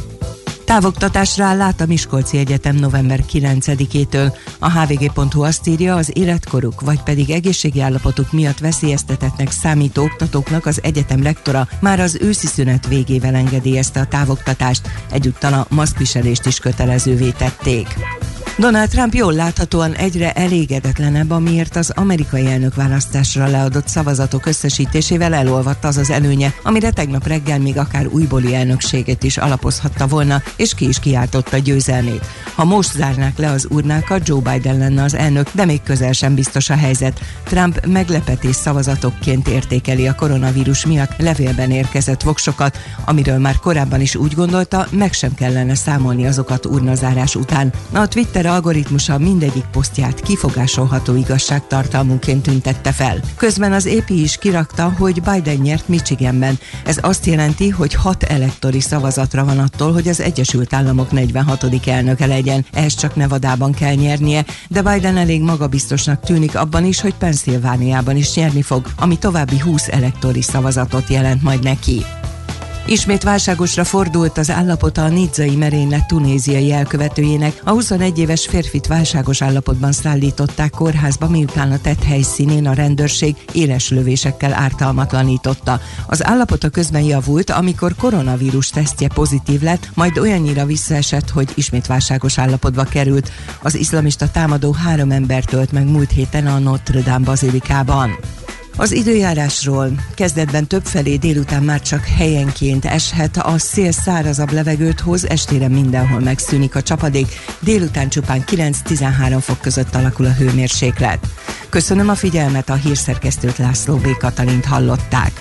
Távoktatásra áll át a Miskolci Egyetem november 9-től. A hvg.hu azt írja, az életkoruk vagy pedig egészségi állapotuk miatt veszélyeztetettnek számító oktatóknak az egyetem lektora már az őszi szünet végével engedélyezte a távoktatást, egyúttal a maszkviselést is kötelezővé tették. Donald Trump jól láthatóan egyre elégedetlenebb, amiért az amerikai elnökválasztásra leadott szavazatok összesítésével elolvadt az az előnye, amire tegnap reggel még akár újbóli elnökségét is alapozhatta volna, és ki is kiáltotta győzelmét. Ha most zárnák le az urnákat, Joe Biden lenne az elnök, de még közel sem biztos a helyzet. Trump meglepetés szavazatokként értékeli a koronavírus miatt levélben érkezett voksokat, amiről már korábban is úgy gondolta, meg sem kellene számolni azokat urnazárás után. A Twitter algoritmusa mindegyik posztját kifogásolható igazságtartalmúként tüntette fel. Közben az AP is kirakta, hogy Biden nyert Michiganben. Ez azt jelenti, hogy 6 elektori szavazatra van attól, hogy az Egyesült Államok 46. elnöke legyen. Ehhez csak Nevadában kell nyernie, de Biden elég magabiztosnak tűnik abban is, hogy Pennsylvániában is nyerni fog, ami további 20 elektori szavazatot jelent majd neki. Ismét válságosra fordult az állapota a nizzai merénylet tunéziai elkövetőjének. A 21 éves férfit válságos állapotban szállították kórházba, miután a tett helyszínén a rendőrség éles lövésekkel ártalmatlanította. Az állapota közben javult, amikor koronavírus tesztje pozitív lett, majd olyannyira visszaesett, hogy ismét válságos állapotba került. Az iszlamista támadó 3 embert ölt meg múlt héten a Notre Dame bazilikában. Az időjárásról: kezdetben többfelé, délután már csak helyenként eshet, a szél szárazabb levegőt hoz, estére mindenhol megszűnik a csapadék, délután csupán 9-13 fok között alakul a hőmérséklet. Köszönöm a figyelmet, a hírszerkesztőt, László B. Katalint hallották.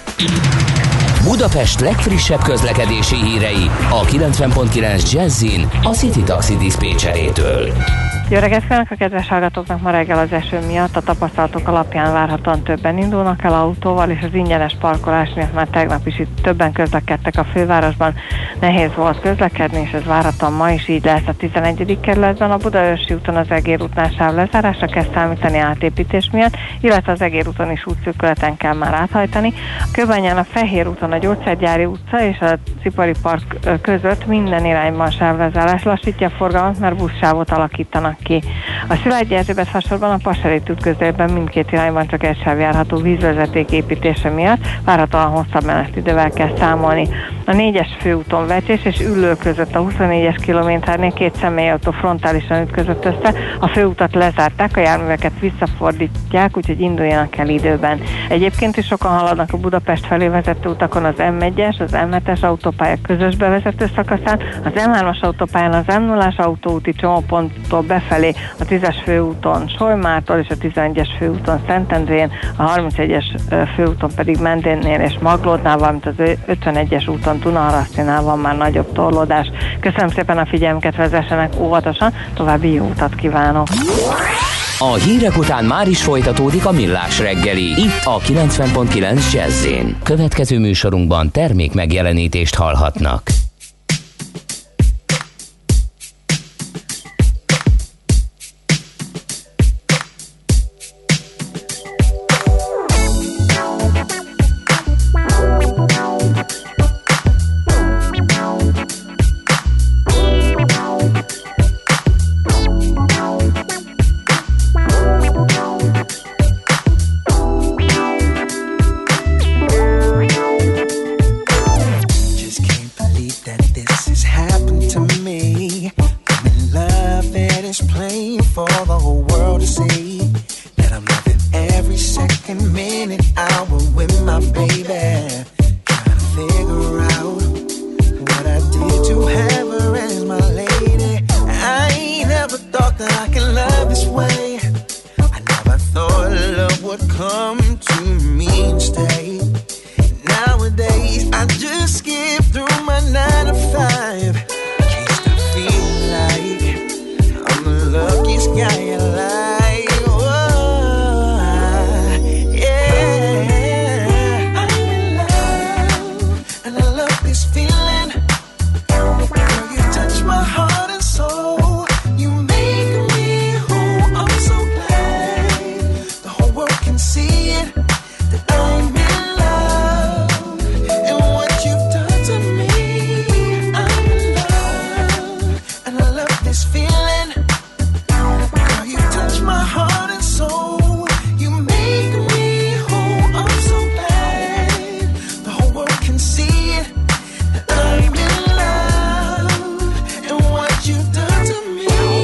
Budapest legfrissebb közlekedési hírei a 90.9 Jazzin a City Taxi diszpécserétől. Jó reggelt kívánok a kedves hallgatóknak! Ma reggel az eső miatt a tapasztalatok alapján várhatóan többen indulnak el autóval, és az ingyenes parkolás miatt már tegnap is itt többen közlekedtek a fővárosban. Nehéz volt közlekedni, és ez várhatóan ma is így lesz. A 11. kerületben a Budaörsi úton az Egér útnál sávlezárásra kell számítani átépítés miatt, illetve az Egér úton is útszűkületen kell már áthajtani. A Kőbányán a Fehér úton a Gyógyszergyári utca és a Cipari park között minden irányban sávlezárás lassítja a forgalmat, mert buszsávot alakítanak ki. A Szilágyi Erzsébet fasorban a Passerit út közelében mindkét irányban csak egy sáv járható vízvezeték építése miatt várhatóan hosszabb menetidővel kell számolni. A 4-es főúton Vecsés és Üllő között a 24-es kilométernél 2 személyautó frontálisan ütközött össze, a főutat lezárták, a járműveket visszafordítják, úgyhogy induljanak el időben. Egyébként is sokan haladnak a Budapest felé vezető utakon az M1-es, az M7-es autópálya közös bevezető szakaszán, az M3-as autópályán az M0-as autóúti csomóponttól befelé a 10-es főúton Solymártól és a 11-es főúton Szentendrén, a 31-es főúton pedig Mendénnél és Maglódnál, valamint az 51-es úton Dunaharasztinál van már nagyobb torlódás. Köszönöm szépen a figyelmüket, vezessenek óvatosan, további jó utat kívánok! A hírek után már is folytatódik a Millás reggeli, itt a 90.9 Jazz-én. Következő műsorunkban termék megjelenítést hallhatnak. is plain for the whole world to see that I'm loving every second, minute, hour with my baby. Trying to figure out what I did to have her as my lady. I ain't never thought that I could love this way. I never thought love would come to me and stay. Nowadays I just skip through my 9 to 5. Can't stop feeling like I'm the luckiest guy alive. Oh, yeah. I'm in love and I love this feeling. Girl, you touch my heart and soul. You make me whole. I'm so glad the whole world can see it, that I'm in love. And what you've done to me, I'm in love and I love this feeling. Girl, you touch my heart and soul. You make me whole. I'm so glad the whole world can see it, that I'm in love. And what you've done to me.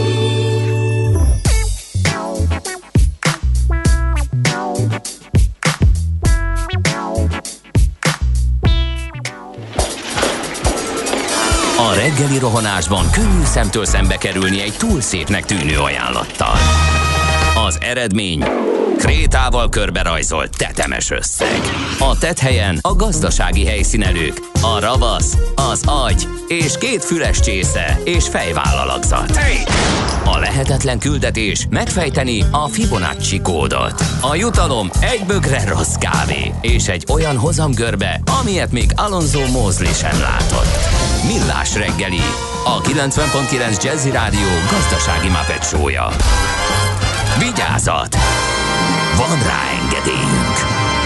A reggeli rohanásban könnyű szemtől szembe kerülni egy túl szépnek tűnő ajánlattal. Az eredmény krétával körberajzolt tetemes összeg. A tetthelyen a gazdasági helyszínelők, a ravasz, az agy és 2 füles csésze és fejvállalakzat. A lehetetlen küldetés megfejteni a Fibonacci kódot. A jutalom egy bögre rossz kávé és egy olyan hozamgörbe, amilyet még Alonso Mosley sem látott. Millás reggeli, a 90.9 Jazzy Rádió gazdasági Muppet show-ja. Vigyázat! Van rá engedélyünk!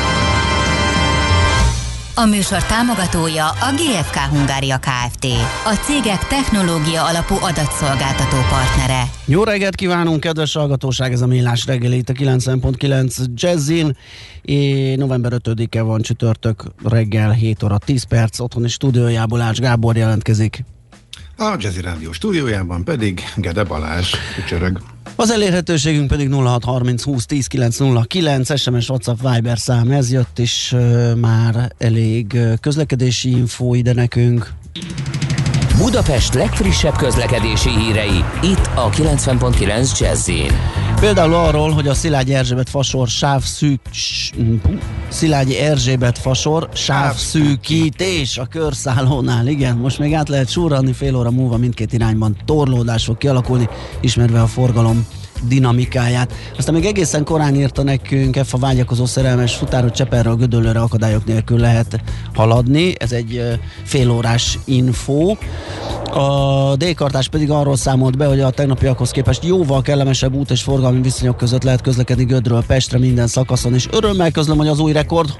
A műsor támogatója a GFK Hungária Kft. A cégek technológia alapú adatszolgáltató partnere. Jó reggelt kívánunk, kedves hallgatóság, ez a Millás reggeli itt a 90.9 Jazzin. November 5-e van, csütörtök reggel 7 óra 10 perc, otthoni stúdiójából Ács Gábor jelentkezik. A Jazzy Rádió stúdiójában pedig Gede Balázs ücsörög. Az elérhetőségünk pedig 0630 20 10 909, SMS, WhatsApp, Viber szám, ez jött is már elég közlekedési infó ide nekünk. Budapest legfrissebb közlekedési hírei, itt a 90.9 Jazzin. Például arról, hogy a Szilágyi Erzsébet fasor sávszűkítés a körszállónál. Igen, most még át lehet surranni, fél óra múlva mindkét irányban torlódás fog kialakulni, ismerve a forgalom dinamikáját. Aztán még egészen korán írta nekünk F a vágyakozó szerelmes futárot Cseperről Gödöllőre akadályok nélkül lehet haladni. Ez egy félórás info. A D-kartás pedig arról számolt be, hogy a tegnapiakhoz képest jóval kellemesebb út és forgalmi viszonyok között lehet közlekedni Gödről Pestre minden szakaszon, és örömmel közlöm, hogy az új rekord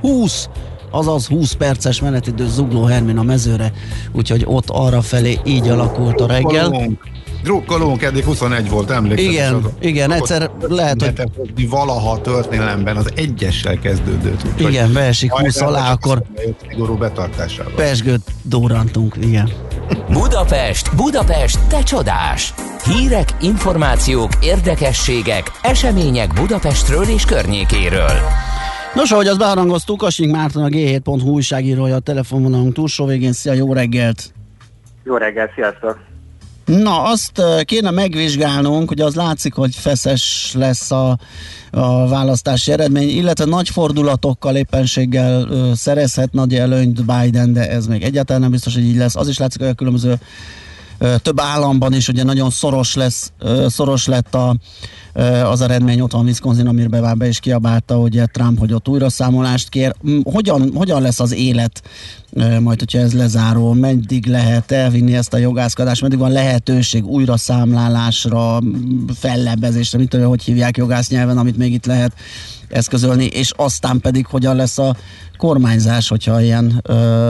20 perces menetidő Zugló Hermina mezőre, úgyhogy ott arra felé így alakult a reggel. Drukkolónk, eddig 21 volt, emlékszem. Igen, egyszer lehet, hogy valaha történelemben az 1-essel kezdődött. Igen, beesik 20 alá, akkor szigorú betartásával. Pezsgőt dórantunk, igen. Budapest, te csodás! Hírek, információk, érdekességek, események Budapestről és környékéről. Nos, ahogy azt beharangoztuk, Kassink Márton, a G7.hu újságírója, a telefonvonalunk túlsó végén. Szia, jó reggelt! Jó reggelt, sziasztok! Na, azt kéne megvizsgálnunk, hogy az látszik, hogy feszes lesz a választási eredmény, illetve nagy fordulatokkal, éppenséggel szerezhet nagy előnyt Biden, de ez még egyáltalán nem biztos, hogy így lesz. Az is látszik, hogy a különböző több államban is ugye nagyon szoros lett az eredmény. Ott van Wisconsin, amiben be is kiabálta ugye Trump, hogy ott újra számolást kér. Hogyan lesz az élet majd, hogyha ez lezárul? Meddig lehet elvinni ezt a jogászkodást? Meddig van lehetőség újra számlálásra, fellebbezésre, mit tudom, hogy hívják jogásznyelven, amit még itt lehet eszközölni, és aztán pedig hogyan lesz a kormányzás, hogyha ilyen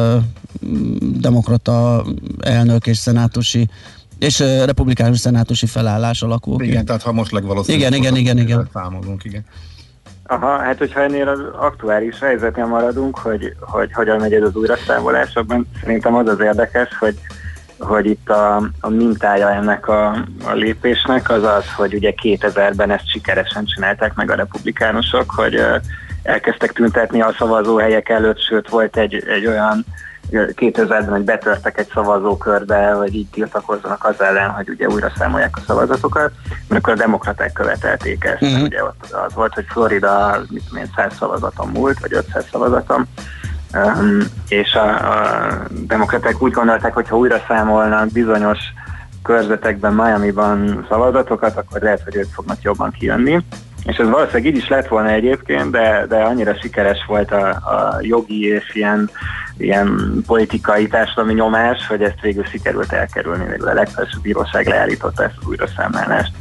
demokrata elnök és szenátusi és republikánus szenátusi felállás alakul ki. Igen, tehát ha most legvalószínűleg igen. Számolunk, igen. Aha, hát hogyha ennél az aktuális helyzetnél maradunk, hogy hogyan megy ez az újraszámolás, abban szerintem az érdekes, hogy hogy itt a mintája ennek a lépésnek az az, hogy ugye 2000-ben ezt sikeresen csinálták meg a republikánusok, hogy elkezdtek tüntetni a szavazóhelyek előtt, sőt volt egy olyan 2000-ben, hogy betörtek egy szavazókörbe, hogy így tiltakozzanak az ellen, hogy ugye újra számolják a szavazatokat, mert akkor a demokraták követelték ezt. Ugye ott az volt, hogy Florida 100 szavazaton múlt, vagy 500 szavazaton, és a demokraták úgy gondolták, hogy ha újra számolnak bizonyos körzetekben, Miamiban szavazatokat, akkor lehet, hogy ők fognak jobban kijönni. És ez valószínűleg így is lett volna egyébként, de annyira sikeres volt a jogi és ilyen politikai társadalmi nyomás, hogy ezt végül sikerült elkerülni, végül a legfelsőbb bíróság leállította ezt az újraszámlálást.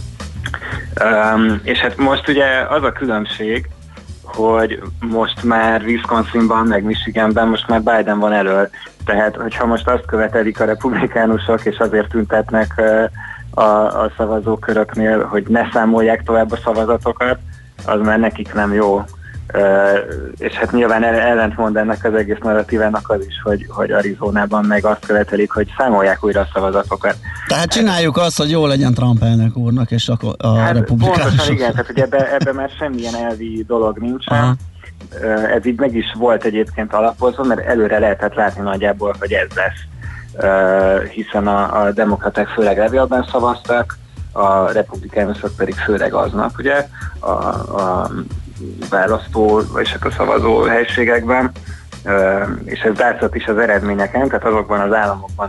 És hát most ugye az a különbség, hogy most már Wisconsinban, meg Michiganben most már Biden van elől. Tehát, hogyha most azt követelik a republikánusok, és azért tüntetnek a szavazóköröknél, hogy ne számolják tovább a szavazatokat, az már nekik nem jó. És hát nyilván ellentmond ennek az egész narratívának az is, hogy Arizonában meg azt követelik, hogy számolják újra a szavazatokat. Tehát csináljuk azt, hogy jó legyen Trump elnök úrnak, és a republikánusok. Pontosan igen, tehát ugye ebben már semmilyen elvi dolog nincsen. Ez így meg is volt egyébként alapozva, mert előre lehetett látni nagyjából, hogy ez lesz. Hiszen a demokraták főleg Revelben szavaztak, a republikánusok pedig főleg aznap, ugye, a választó, és hát a szavazó helységekben, és ez látszott is az eredményeken, tehát azokban az államokban,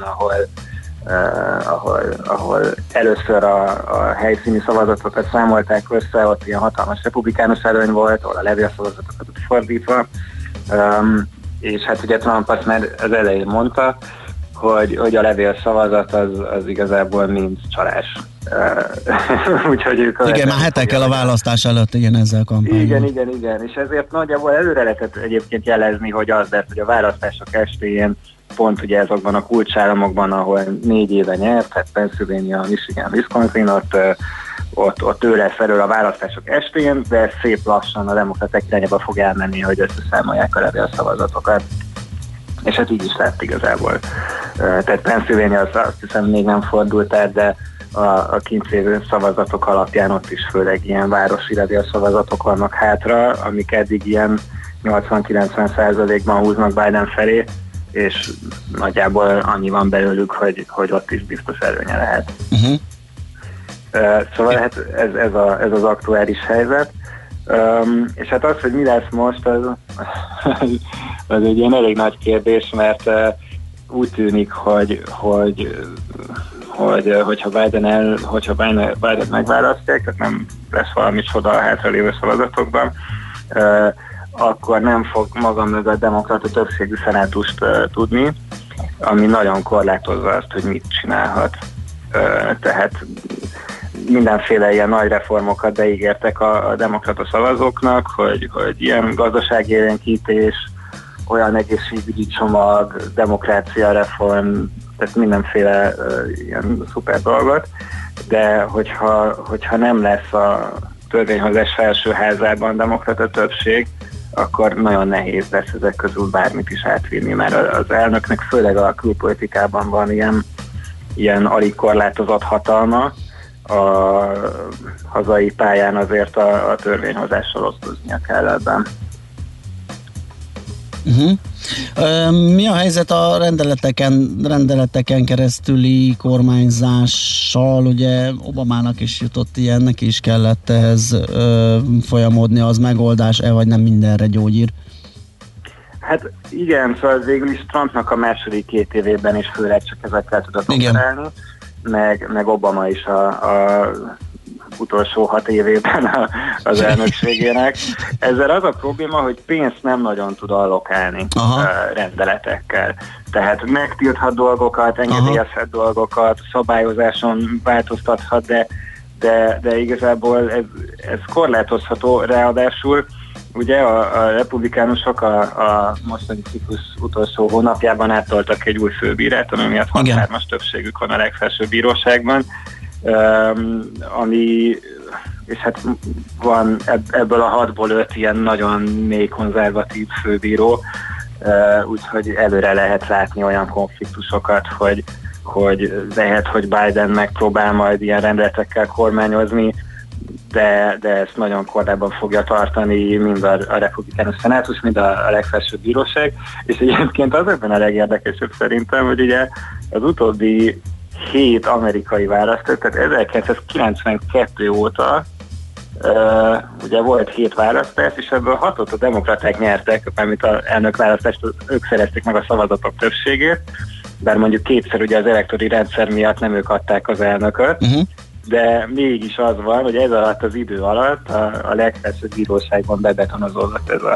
ahol először a helyszíni szavazatokat számolták össze, ott ilyen hatalmas republikánus előny volt, ahol a levélszavazatokat fordítva, és hát ugye Trump azt már az elején mondta, hogy a levélszavazat az igazából mind csalás. Úgyhogy igen, már hetekkel a választás előtt igen ezzel kampányol. Igen, és ezért nagyjából előre lehetett egyébként jelezni, hogy az lesz, hogy a választások estéjén pont ugye azokban a kulcsállamokban, ahol 4 éve nyert, tehát Pennsylvania, Michigan, Wisconsin, ott ő lesz felől a választások estén, de szép lassan a demokraták irányába fog elmenni, hogy összeszámolják a levélszavazatokat. És hát így is lett igazából. Tehát Pennsylvania azt hiszem még nem fordult át, de a kint lévő szavazatok alapján ott is főleg ilyen városi levélszavazatok vannak hátra, amik eddig ilyen 80-90%-ban húznak Biden felé, és nagyjából annyi van belőlük, hogy ott is biztos előnye lehet. Szóval hát ez az aktuális helyzet. És hát az, hogy mi lesz most, az egy ilyen elég nagy kérdés, mert úgy tűnik, hogyha Biden megválasztják, tehát nem lesz valami csoda a hátralévő szavazatokban, akkor nem fog maga mögött demokrata többségű szenátust tudni, ami nagyon korlátozza azt, hogy mit csinálhat. Tehát mindenféle ilyen nagy reformokat beígértek a demokrata szavazóknak, hogy ilyen gazdaságélénkítés, olyan egészségügyi csomag, demokrácia reform, tehát mindenféle ilyen szuper dolgot, de hogyha nem lesz a törvényhozás felsőházában demokrata többség, akkor nagyon nehéz lesz ezek közül bármit is átvinni, mert az elnöknek főleg a külpolitikában van ilyen alig korlátozott hatalma, a hazai pályán azért a törvényhozással osztoznia kell ebben. Mi a helyzet a rendeleteken keresztüli kormányzással? Ugye Obamának is jutott ilyen, neki is kellett ehhez folyamodni, az megoldás-e, vagy nem mindenre gyógyír? Hát igen, szóval végül is Trumpnak a második 2 évében is főleg csak ezekkel tudott operálni, meg Obama is a utolsó 6 évében az elnökségének. Ezzel az a probléma, hogy pénzt nem nagyon tud allokálni rendeletekkel. Tehát megtilthat dolgokat, engedélyezhet dolgokat, szabályozáson változtathat, de igazából ez korlátozható, ráadásul ugye a republikánusok a mostani ciklus utolsó hónapjában áttoltak egy új főbírát, ami miatt 63-as többségük van a legfelsőbb bíróságban, és hát van ebből a 6-ból 5 ilyen nagyon mély konzervatív főbíró, úgyhogy előre lehet látni olyan konfliktusokat, hogy lehet, hogy Biden megpróbál majd ilyen rendeletekkel kormányozni, de ezt nagyon korábban fogja tartani mind a republikánus szenátus, mind a legfelsőbb bíróság, és egyébként az ebben a legérdekesebb szerintem, hogy ugye az utóbbi 7 amerikai választás, tehát 1992 óta ugye volt 7 választás, és ebből 6-ot a demokraták nyertek, mármint az elnökválasztást, ők szerezték meg a szavazatok többségét, bár mondjuk kétszer ugye az elektori rendszer miatt nem ők adták az elnököt, de mégis az van, hogy ez alatt az idő alatt a legfelsőbb bíróságban bebetonozódott ez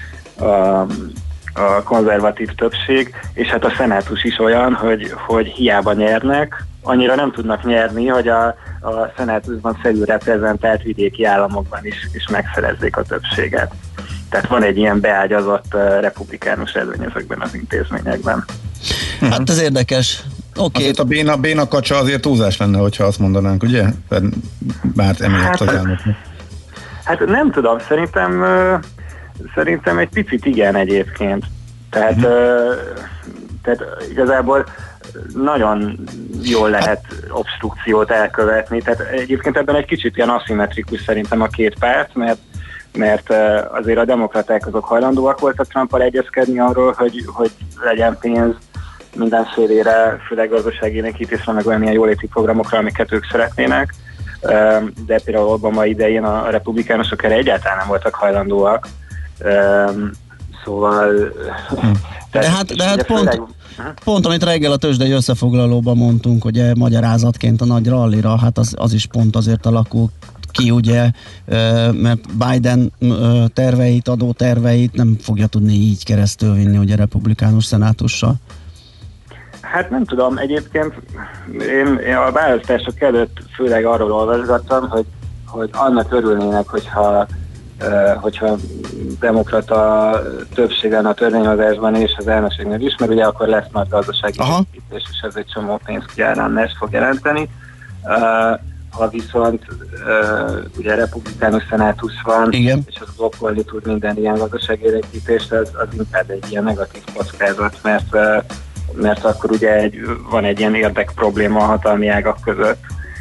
a konzervatív többség, és hát a szenátus is olyan, hogy hiába nyernek, annyira nem tudnak nyerni, hogy a szenátusban felülreprezentált vidéki államokban is megszerezzék a többséget. Tehát van egy ilyen beágyazott republikánus előny ezekben az intézményekben. Hát ez érdekes. Okay. Azért a béna kacsa azért túlzás lenne, hogyha azt mondanánk, ugye? Bár emiatt az elnöknek. Hát nem tudom, szerintem egy picit igen egyébként. Tehát igazából nagyon jól lehet obstrukciót elkövetni. Tehát egyébként ebben egy kicsit ilyen aszimmetrikus szerintem a két párt, mert azért a demokraták azok hajlandóak voltak Trumpal egyezkedni arról, hogy legyen pénz mindenfélére, főleg gazdasági élénkítésre, meg olyan ilyen jóléti programokra, amiket ők szeretnének. De például Obama idején a republikánusok erre egyáltalán nem voltak hajlandóak. Szóval... De hát pont amit reggel a tőzsdei összefoglalóban mondtunk, ugye magyarázatként a nagy rallira, hát az is pont azért alakul ki, ugye, mert Biden terveit, adóterveit nem fogja tudni így keresztül vinni, ugye, republikánus szenátussal. Hát nem tudom, egyébként én a választások előtt főleg arról olvasgattam, hogy annak örülnének, hogyha demokrata többség lenne a törvényhozásban és az elnökségnél is, mert ugye akkor lesz nagy gazdasági építés, és ez egy csomó pénzkiáramlást fog jelenteni. Ha viszont ugye republikánus szenátus van, igen, és az blokkolni tud minden ilyen gazdasági építést, az inkább egy ilyen negatív kockázat, mert akkor ugye van egy ilyen érdek probléma a hatalmi ágak között.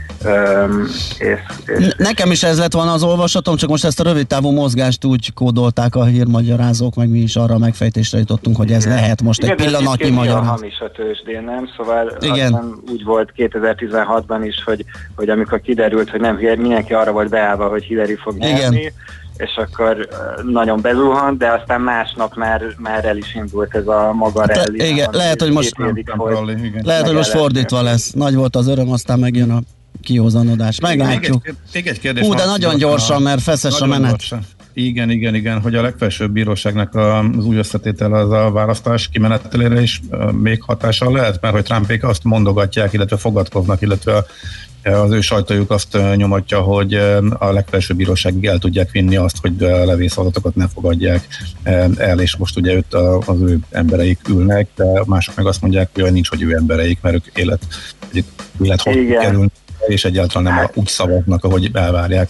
Nekem is ez lett volna az olvasatom, csak most ezt a rövidtávú mozgást úgy kódolták a hírmagyarázók, meg mi is arra a megfejtésre jutottunk, hogy ez lehet most egy pillanatnyi magyarázat. Hamis a tőzsdén, nem? Szóval úgy volt 2016-ban is, hogy amikor kiderült, hogy nem mindenki arra volt beállva, hogy Hillary fog nyerni, és akkor nagyon bezuhant, de aztán másnap már el is indult ez a maga rally. Igen, lehet, hogy most fordítva lesz. Nagy volt az öröm, aztán megjön a kiózanodás. Meglátjuk. Egy kérdés. De nagyon gyorsan, mert feszes a menet. Gyorsan. Igen, hogy a legfelsőbb bíróságnak az új összetétel az a választás kimenetelére is még hatással lehet, mert hogy Trumpék azt mondogatják, illetve fogadkoznak, illetve az ő sajtójuk azt nyomatja, hogy a legfelsőbb bíróságig el tudják vinni azt, hogy levészadatokat ne fogadják el, és most ugye őt az ő embereik ülnek, de mások meg azt mondják, hogy nincs, hogy ő embereik, mert ők élet kerülnek, és egyáltalán nem úgy szavaznak, ahogy elvárják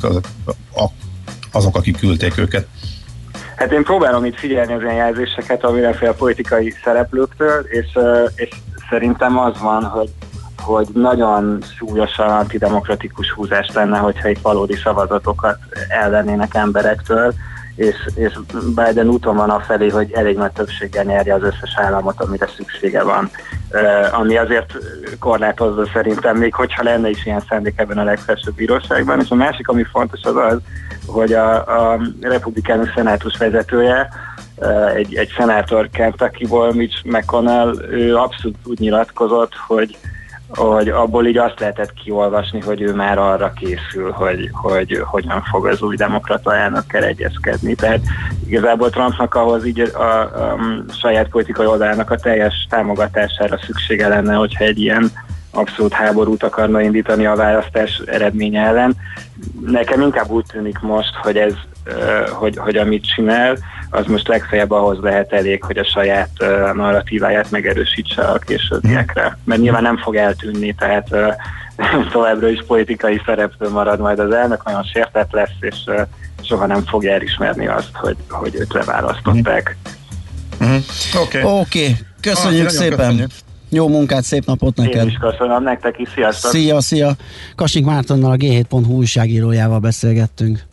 azok, akik küldték őket. Hát én próbálom itt figyelni az ilyen jelzéseket a mindenféle politikai szereplőktől, és szerintem az van, hogy nagyon súlyosan antidemokratikus húzás lenne, hogyha itt valódi szavazatokat elvennének emberektől, és Biden úton van afelé, hogy elég nagy többséggel nyerje az összes államot, amire szüksége van. Ami azért korlátozza szerintem, még hogyha lenne is ilyen szándék ebben a legfelsőbb bíróságban. És a másik, ami fontos, az, hogy a republikánus szenátus vezetője, egy szenátor Kentuckyból, Mitch McConnell, ő abszolút úgy nyilatkozott, hogy abból így azt lehetett kiolvasni, hogy ő már arra készül, hogy hogyan fog az új demokrata elnökkel egyezkedni. Tehát igazából Trumpnak ahhoz így a saját politikai oldalának a teljes támogatására szüksége lenne, hogyha egy ilyen abszolút háborút akarna indítani a választás eredménye ellen. Nekem inkább úgy tűnik most, hogy ez, hogy amit csinál, az most legfeljebb ahhoz lehet elég, hogy a saját narratíváját megerősítse a későbbiekre. Mert nyilván nem fog eltűnni, tehát továbbra is politikai szereplő marad majd az elnök, nagyon sértett lesz, és soha nem fogja elismerni azt, hogy őt leválasztották. Oké. Köszönjük szépen! Jó munkát, szép napot neked! Én is köszönöm nektek is, sziasztok! Szia! Kassink Mártonnal, a G7.hu újságírójával beszélgettünk.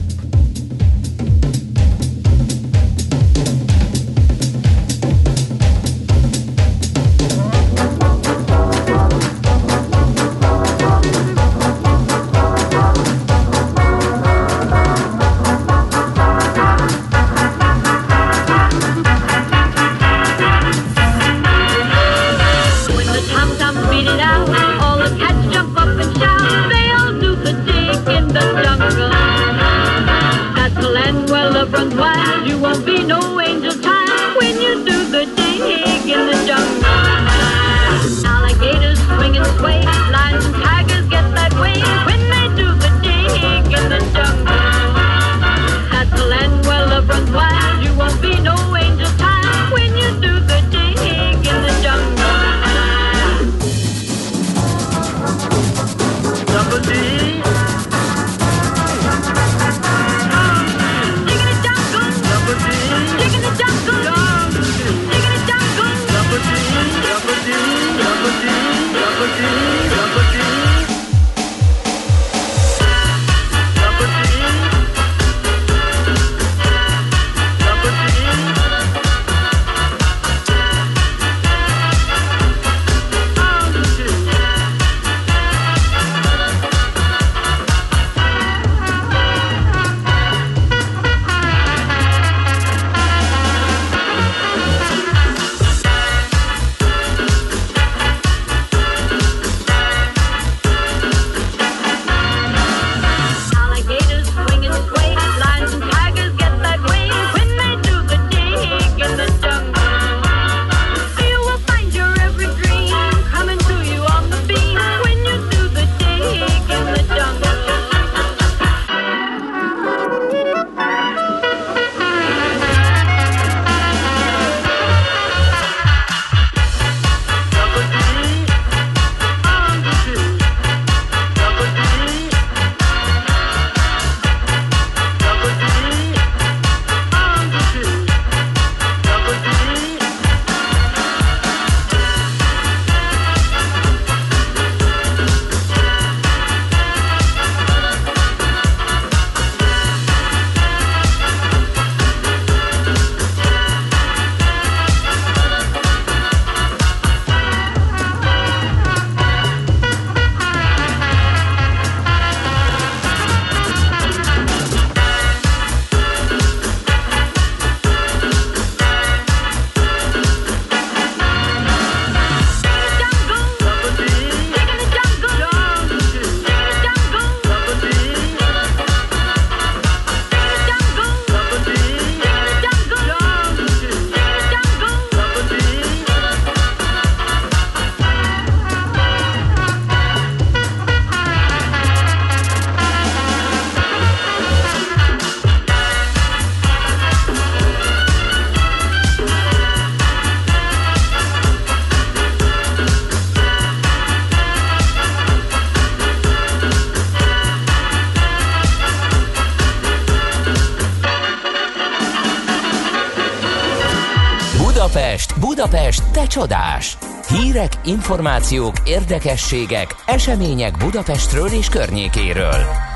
Budapest, te csodás! Hírek, információk, érdekességek, események Budapestről és környékéről.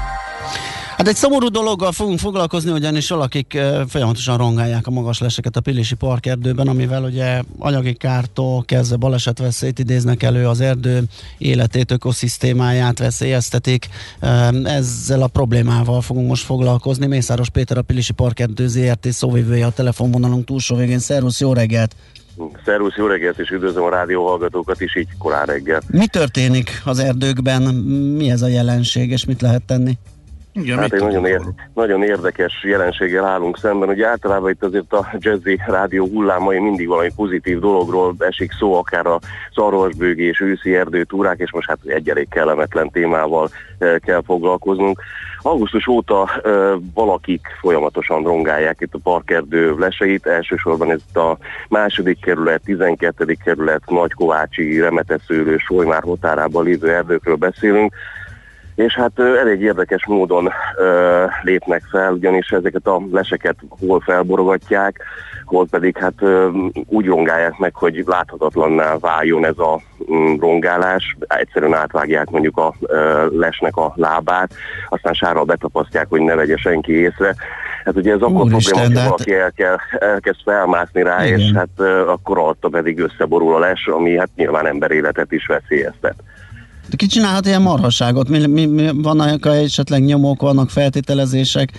Hát egy szomorú dologgal fogunk foglalkozni, ugyanis valakik folyamatosan rongálják a magas leseket a Pilisi Parkerdőben, amivel ugye anyagi kártól kezdve balesetveszélyt idéznek elő, az erdő életét, ökoszisztémáját veszélyeztetik. Ezzel a problémával fogunk most foglalkozni. Mészáros Péter, a Pilisi Parkerdő ZRT szóvivője a telefonvonalunk túlsó végén. Szervusz, jó reggelt! Szervusz, jó reggelt, és üdvözlöm a rádióhallgatókat is így korán reggel. Mi történik az erdőkben? Mi ez a jelenség, és mit lehet tenni? Igen, hát egy nagyon érdekes jelenséggel állunk szemben. Ugye általában itt azért a jazzy rádió hullámai mindig valami pozitív dologról esik szó, akár a szarvasbőgés, őszi erdőtúrák, és most hát egy elég kellemetlen témával kell foglalkoznunk. Augusztus óta valakik folyamatosan rongálják itt a parkerdő leseit, elsősorban ez a második kerület, 12. kerület, Nagykovácsi, Remeteszőlő, Solymár határában lévő erdőkről beszélünk. És hát elég érdekes módon lépnek fel, ugyanis ezeket a leseket hol felborogatják, hol pedig hát úgy rongálják meg, hogy láthatatlanná váljon ez a rongálás. Egyszerűen átvágják mondjuk a lesnek a lábát, aztán sárral betapasztják, hogy ne vegye senki észre. Hát ugye ez akkor probléma, hogy valaki elkezd felmászni rá, igen. És hát akkor alatta pedig összeborul a les, ami hát nyilván emberéletet is veszélyeztet. De ki csinálhat ilyen marhasságot? Vannak esetleg nyomok, vannak feltételezések?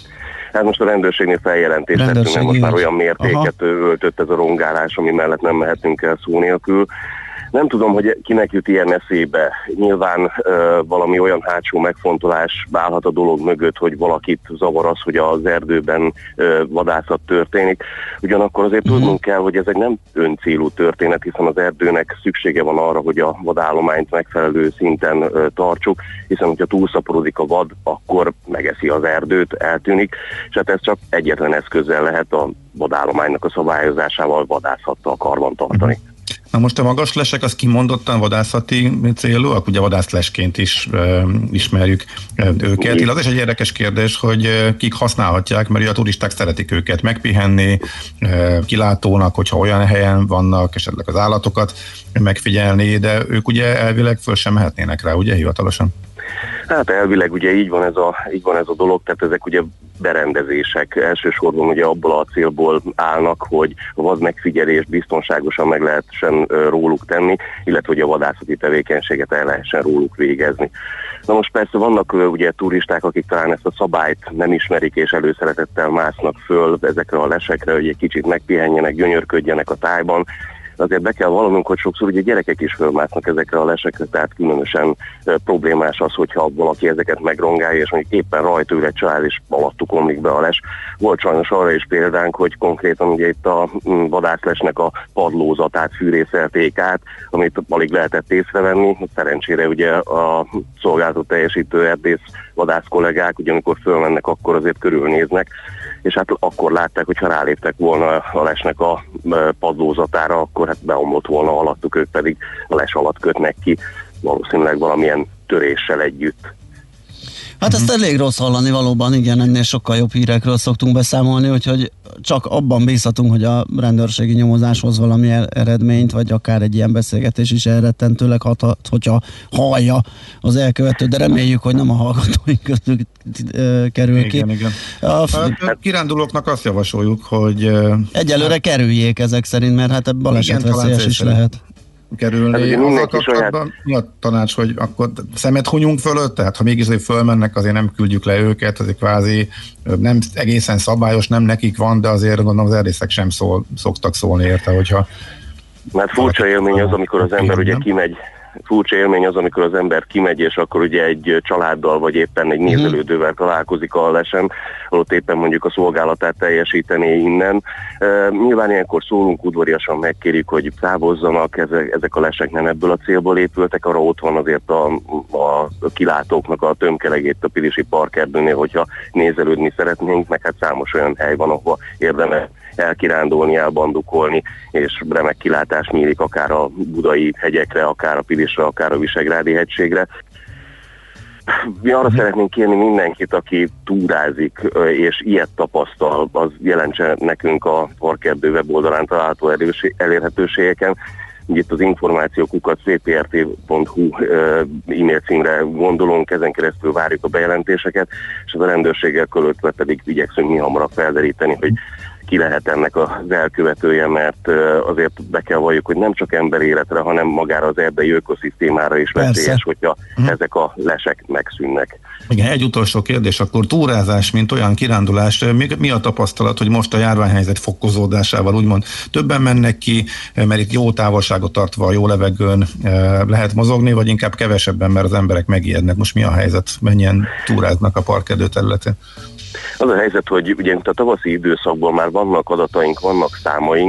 Hát most a rendőrségnél feljelentést tettünk, mert most már olyan mértéket öltött ez a rongálás, ami mellett nem mehetünk el szó nélkül. Nem tudom, hogy kinek jut ilyen eszébe. Nyilván valami olyan hátsó megfontolás állhat a dolog mögött, hogy valakit zavar az, hogy az erdőben vadászat történik. Ugyanakkor azért tudnunk kell, hogy ez egy nem öncélú történet, hiszen az erdőnek szüksége van arra, hogy a vadállományt megfelelő szinten tartsuk, hiszen hogyha túlszaporodik a vad, akkor megeszi az erdőt, eltűnik, és hát ez csak egyetlen eszközzel lehet a vadállománynak a szabályozásával vadászattal karban tartani. Na most a magas lesek az kimondottan vadászati célúak, ugye vadászlesként is ismerjük őket. Az is egy érdekes kérdés, hogy kik használhatják, mert a turisták szeretik őket megpihenni, kilátónak, hogyha olyan helyen vannak, esetleg az állatokat megfigyelni, de ők ugye elvileg föl sem mehetnének rá, ugye hivatalosan? Hát elvileg ugye így van ez a dolog, tehát ezek ugye berendezések elsősorban ugye abból a célból állnak, hogy a vad megfigyelést biztonságosan meg lehessen róluk tenni, illetve hogy a vadászati tevékenységet el lehessen róluk végezni. Na most persze vannak ugye turisták, akik talán ezt a szabályt nem ismerik és előszeretettel másznak föl ezekre a lesekre, hogy egy kicsit megpihenjenek, gyönyörködjenek a tájban. Azért be kell valamunk, hogy sokszor ugye gyerekek is fölmásznak ezekre a lesekre, tehát különösen problémás az, hogyha valaki ezeket megrongálja, és mondjuk éppen rajta ül egy család, és alattuk omlik be a les. Volt sajnos arra is példánk, hogy konkrétan ugye itt a vadászlesnek a padlózatát fűrészelték át, amit alig lehetett észrevenni. Szerencsére ugye a szolgálatot teljesítő erdész vadász kollégák, ugye amikor fölmennek, akkor azért körülnéznek, és hát akkor látták, hogy ha ráléptek volna a lesnek a padlózatára, akkor hát beomlott volna alattuk, ők pedig a les alatt kötnek ki, valószínűleg valamilyen töréssel együtt. Hát ezt elég rossz hallani valóban, igen, ennél sokkal jobb hírekről szoktunk beszámolni, úgyhogy csak abban bízhatunk, hogy a rendőrségi nyomozás hoz valami eredményt, vagy akár egy ilyen beszélgetés is elrettentőleg hathat, hogyha hallja az elkövető, de reméljük, hogy nem a hallgatóink közül kerül ki. Igen. A kirándulóknak azt javasoljuk, hogy egyelőre kerüljék ezek szerint, mert hát balesetveszélyes is lehet kerülni. Azzal kapcsolatban mi a tanács, hogy akkor szemet hunyunk fölött, tehát ha mégis fölmennek, azért nem küldjük le őket, azért kvázi nem egészen szabályos, nem nekik van, de azért gondolom az erdészek sem szoktak szólni érte, hogyha... Mert furcsa élmény az, amikor az ember ugye kimegy, és akkor ugye egy családdal, vagy éppen egy nézelődővel találkozik a lesen, ott éppen mondjuk a szolgálatát teljesíteni innen. Nyilván ilyenkor szólunk, udvariasan megkérjük, hogy távozzanak, ezek a lesek nem ebből a célból épültek, arra ott van azért a kilátóknak a tömkelegét a Pilisi Parkerdőnél, hogyha nézelődni szeretnénk, meg hát számos olyan hely van, ahol érdemes elkirándulni, elbandukolni, és remek kilátás nyílik akár a budai hegyekre, akár a Pilisre, akár a Visegrádi hegységre. Mi arra szeretnénk kérni mindenkit, aki túrázik, és ilyet tapasztal, az jelentse nekünk a Parkerdő weboldalán található elérhetőségeken. Itt az információkukat cprt.hu e-mail címre gondolunk, ezen keresztül várjuk a bejelentéseket, és a rendőrséggel körülöttve pedig igyekszünk mi hamarabb felderíteni, hogy ki lehet ennek az elkövetője, mert azért be kell valljuk, hogy nem csak emberéletre, hanem magára az erdei ökoszisztémára is veszélyes, hogyha ezek a lesek megszűnnek. Igen, egy utolsó kérdés, akkor túrázás, mint olyan kirándulás, mi a tapasztalat, hogy most a járványhelyzet fokozódásával úgymond többen mennek ki, mert itt jó távolságot tartva, jó levegőn lehet mozogni, vagy inkább kevesebben, mert az emberek megijednek. Most mi a helyzet? Mennyien túráznak a Parkerdő területén? Az a helyzet, hogy ugye a tavaszi időszakban már vannak adataink, vannak számaink,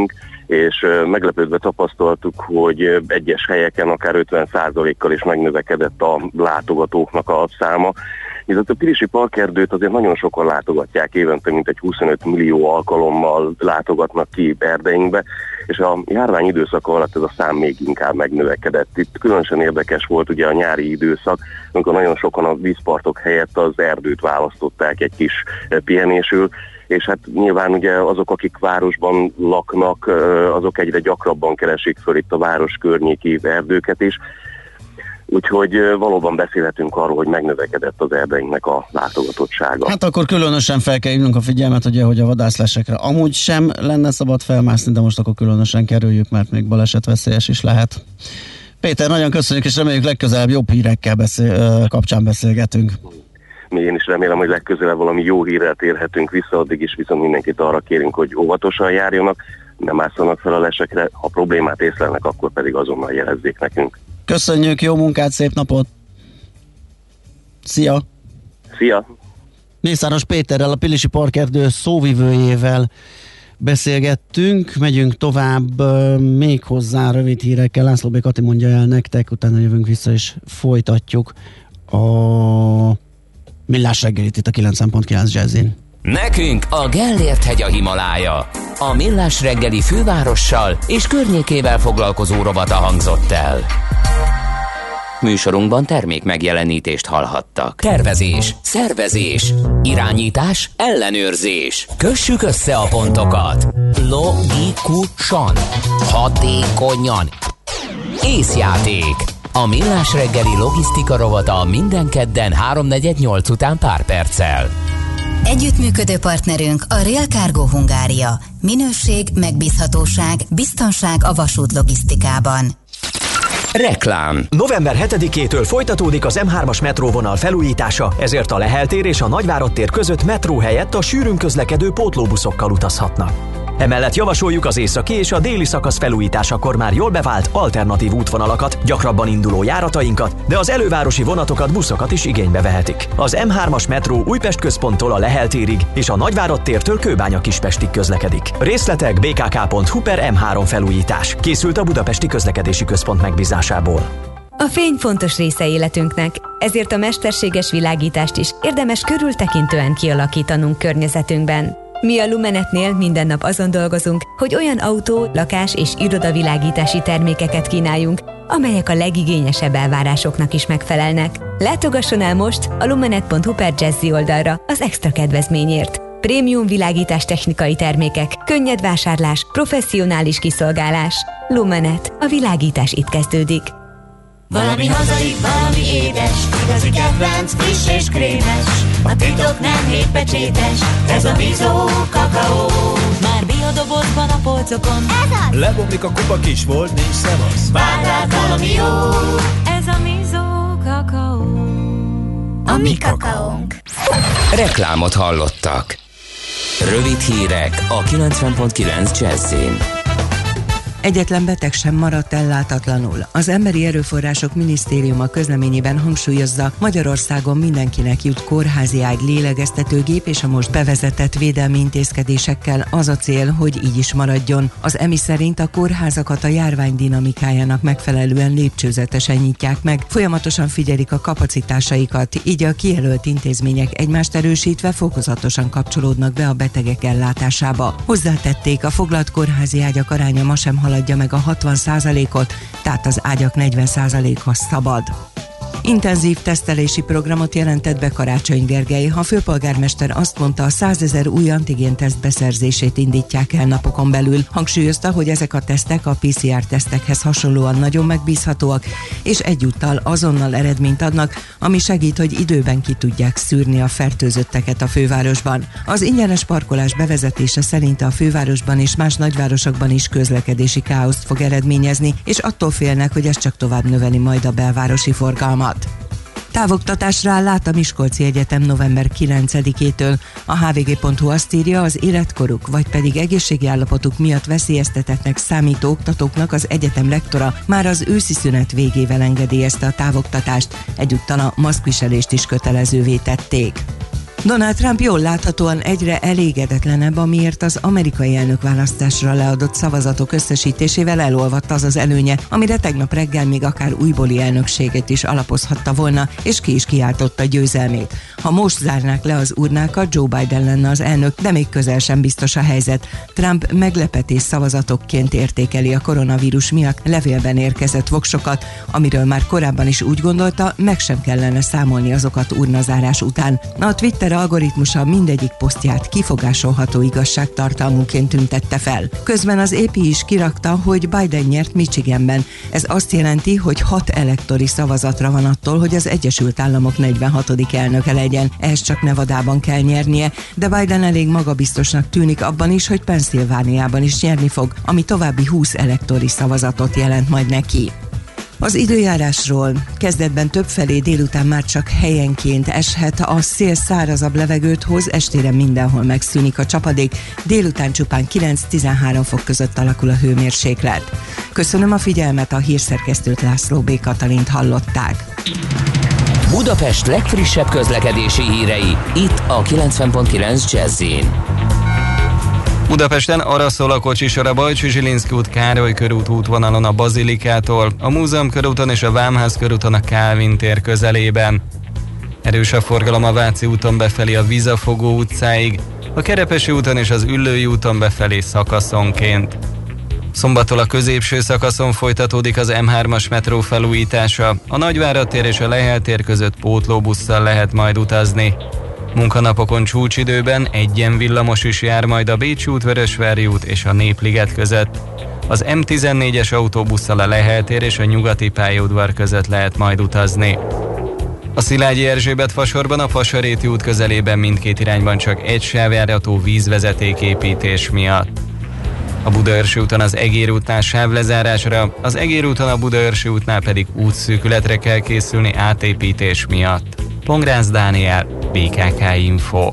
és meglepődve tapasztaltuk, hogy egyes helyeken akár 50%-kal is megnövekedett a látogatóknak a száma. Viszont a Pilisi Parkerdőt azért nagyon sokan látogatják évente, mint egy 25 millió alkalommal látogatnak ki Erdeinkbe, és a járvány időszaka alatt ez a szám még inkább megnövekedett. Itt különösen érdekes volt ugye a nyári időszak, amikor nagyon sokan a vízpartok helyett az erdőt választották egy kis pihenésül, és hát nyilván ugye azok, akik városban laknak, azok egyre gyakrabban keresik föl itt a város környéki erdőket is. Úgyhogy valóban beszélhetünk arról, hogy megnövekedett az erdeinknek a látogatottsága. Hát akkor különösen fel kell hívnunk a figyelmet, ugye, hogy a vadászlesekre amúgy sem lenne szabad felmászni, de most akkor különösen kerüljük, mert még balesetveszélyes is lehet. Péter, nagyon köszönjük, és reméljük legközelebb jobb hírekkel kapcsán beszélgetünk. Én is remélem, hogy legközelebb valami jó hírrel térhetünk vissza, addig is viszont mindenkit arra kérünk, hogy óvatosan járjanak, nem másszanak fel a lesekre, ha problémát észlelnek, akkor pedig azonnal jelezzék nekünk. Köszönjük, jó munkát, szép napot! Szia! Szia! Mészáros Péterrel, a Pilisi Parkerdő szóvivőjével beszélgettünk, megyünk tovább még hozzá rövid hírekkel. László B. Kati mondja el nektek, utána jövünk vissza és folytatjuk a Millás reggelit itt a 9.9 Jazzin. Nekünk a Gellért-hegy a Himalája. A Millás reggeli fővárossal és környékével foglalkozó rovata hangzott el. Műsorunkban termék megjelenítést hallhattak. Tervezés, szervezés, irányítás, ellenőrzés. Kössük össze a pontokat. Logikusan, hatékonyan. Észjáték. A Millás reggeli logisztika rovata minden kedden 3:48 után pár perccel. Együttműködő partnerünk a Rail Cargo Hungária. Minőség, megbízhatóság, biztonság a vasút logisztikában. Reklám. November 7-től folytatódik az M3-as metróvonal felújítása, ezért a Lehel tér és a Nagyvárad tér között metró helyett a sűrűn közlekedő pótlóbuszokkal utazhatnak. Emellett javasoljuk az északi és a déli szakasz felújításakor már jól bevált alternatív útvonalakat, gyakrabban induló járatainkat, de az elővárosi vonatokat, buszokat is igénybe vehetik. Az M3-as metró Újpest központtól a Lehel térig és a Nagyvárad tértől Kőbánya-Kispestig közlekedik. Részletek bkk.hu/M3 felújítás. Készült a Budapesti Közlekedési Központ megbízásából. A fény fontos része életünknek, ezért a mesterséges világítást is érdemes körültekintően kialakítanunk környezetünkben. Mi a Lumenetnél minden nap azon dolgozunk, hogy olyan autó, lakás és irodavilágítási termékeket kínáljunk, amelyek a legigényesebb elvárásoknak is megfelelnek. Látogasson el most a lumenet.hu/jazzy oldalra az extra kedvezményért. Prémium világítás technikai termékek, könnyed vásárlás, professzionális kiszolgálás. Lumenet. A világítás itt kezdődik. Valami hazai, valami édes, igazi kedvenc, friss és krémes. A titok nem hétpecsétes, ez a Mizó kakaó. Már biodobozban a polcokon. Ez az! Lebomlik a kupa, kis volt, nincs szevasz. Vár rád valami jó. Ez a Mizó kakaó. A mi kakaónk. Reklámot hallottak. Rövid hírek a 90.9 Jazzin. Egyetlen beteg sem maradt ellátatlanul. Az Emberi Erőforrások Minisztériuma közleményében hangsúlyozza, Magyarországon mindenkinek jut kórházi ágy, lélegeztetőgép, és a most bevezetett védelmi intézkedésekkel az a cél, hogy így is maradjon. Az EMI szerint a kórházakat a járvány dinamikájának megfelelően lépcsőzetesen nyitják meg, folyamatosan figyelik a kapacitásaikat, így a kijelölt intézmények egymást erősítve fokozatosan kapcsolódnak be a betegek ellátásába. Hozzátették, a foglalt kórházi ágyak aránya ma sem haladja meg a 60%-ot, tehát az ágyak 40%-a szabad. Intenzív tesztelési programot jelentett be Karácsony Gergely. A főpolgármester azt mondta, 100 000 új antigén-teszt beszerzését indítják el napokon belül. Hangsúlyozta, hogy ezek a tesztek a PCR-tesztekhez hasonlóan nagyon megbízhatóak, és egyúttal azonnal eredményt adnak, ami segít, hogy időben ki tudják szűrni a fertőzötteket a fővárosban. Az ingyenes parkolás bevezetése szerint a fővárosban és más nagyvárosokban is közlekedési káoszt fog eredményezni, és attól félnek, hogy ez csak tovább növeli majd a belvárosi forgalmat. Távoktatásra áll át a Miskolci Egyetem november 9-től. A hvg.hu azt írja, az életkoruk vagy pedig egészségi állapotuk miatt veszélyeztetettnek számító oktatóknak az egyetem lektora már az őszi szünet végével engedélyezte a távoktatást, egyúttal a maszkviselést is kötelezővé tették. Donald Trump jól láthatóan egyre elégedetlenebb, amiért az amerikai elnökválasztásra leadott szavazatok összesítésével elolvadt az az előnye, amire tegnap reggel még akár újbóli elnökséget is alapozhatta volna, és ki is kiáltotta győzelmét. Ha most zárnák le az urnákat, Joe Biden lenne az elnök, de még közel sem biztos a helyzet. Trump meglepetés szavazatokként értékeli a koronavírus miatt levélben érkezett voksokat, amiről már korábban is úgy gondolta, meg sem kellene számolni azokat urnazárás után. A Twitter algoritmusa mindegyik posztját kifogásolható igazságtartalmúként tüntette fel. Közben az AP is kirakta, hogy Biden nyert Michiganben. Ez azt jelenti, hogy 6 elektori szavazatra van attól, hogy az Egyesült Államok 46. elnöke legyen. Ehhez csak Nevadában kell nyernie, de Biden elég magabiztosnak tűnik abban is, hogy Pennsylvániában is nyerni fog, ami további 20 elektori szavazatot jelent majd neki. Az időjárásról. Kezdetben többfelé, délután már csak helyenként eshet, a szél szárazabb levegőt hoz, estére mindenhol megszűnik a csapadék, délután csupán 9-13 fok között alakul a hőmérséklet. Köszönöm a figyelmet, a hírszerkesztőt, László B. Katalint hallották. Budapest legfrissebb közlekedési hírei, itt a 90.9 Jazz-in. Budapesten arra szól a kocsisor a Bajcsy Zsilinszky út, Károly körút útvonalon a Bazilikától, a Múzeum körúton és a Vámház körúton a Kálvin tér közelében. Erős a forgalom a Váci úton befelé a Vizafogó utcáig, a Kerepesi úton és az Üllői úton befelé szakaszonként. Szombattól a középső szakaszon folytatódik az M3-as metró felújítása, a Nagyvárad tér és a Lehel tér között pótlóbusszal lehet majd utazni. Munkanapokon csúcsidőben egyen villamos is jár majd a Bécsi út, Vörösvári út és a Népliget között. Az M14-es autóbusszal a Lehel tér és a Nyugati pályaudvar között lehet majd utazni. A Szilágyi Erzsébet fasorban a Fasaréti út közelében mindkét irányban csak egy sávjárató vízvezetéképítés miatt. A Budaörsi úton az Egér útnál sávlezárásra, az Egér úton a Budaörsi útnál pedig útszűkületre kell készülni átépítés miatt. Pongrácz Dániel, BKK Info.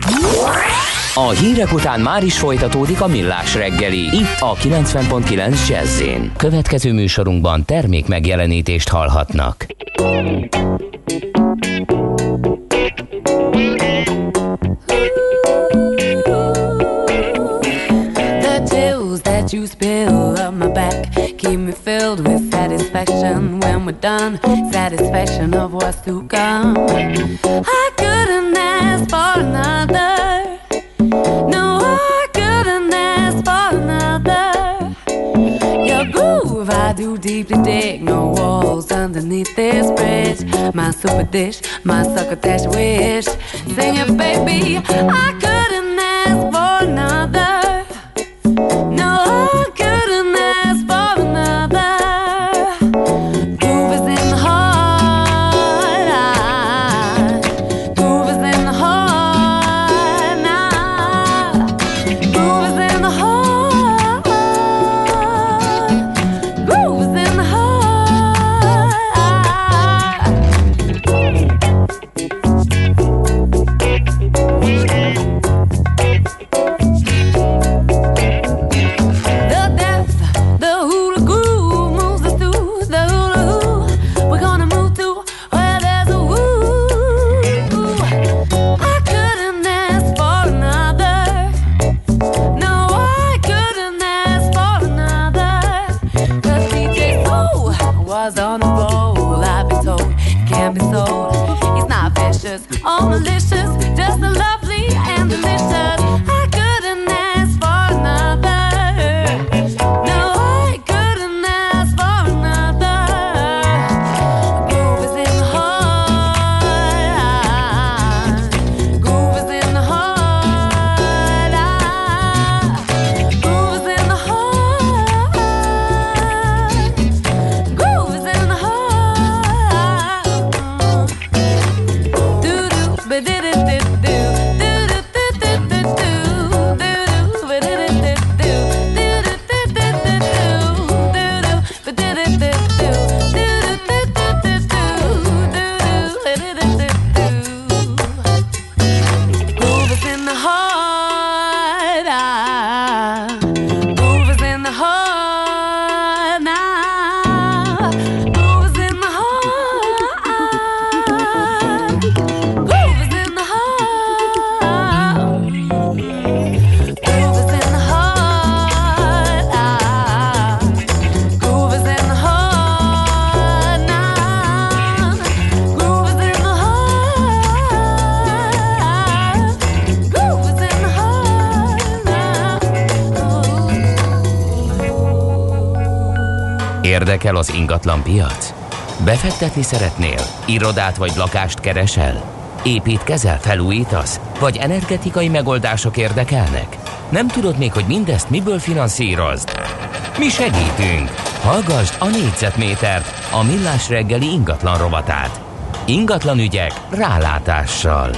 A hírek után már is folytatódik a Millás reggeli, itt a 90.9 Jazz-in. Következő műsorunkban termék megjelenítést hallhatnak. That you spill up my back, keep me filled with satisfaction when we're done, satisfaction of what's to come. I couldn't ask for another, no, I couldn't ask for another. Your groove I do deeply dig, no walls underneath this bridge. My super dish, my succotash wish, sing it baby, I couldn't ask for another. Groove is in the Érdekel az ingatlan piac? Befektetni szeretnél? Irodát vagy lakást keresel? Építkezel, felújítasz? Vagy energetikai megoldások érdekelnek? Nem tudod még, hogy mindezt miből finanszírozd? Mi segítünk! Hallgasd a Négyzetmétert, a Millás reggeli ingatlan rovatát. Ingatlan ügyek rálátással.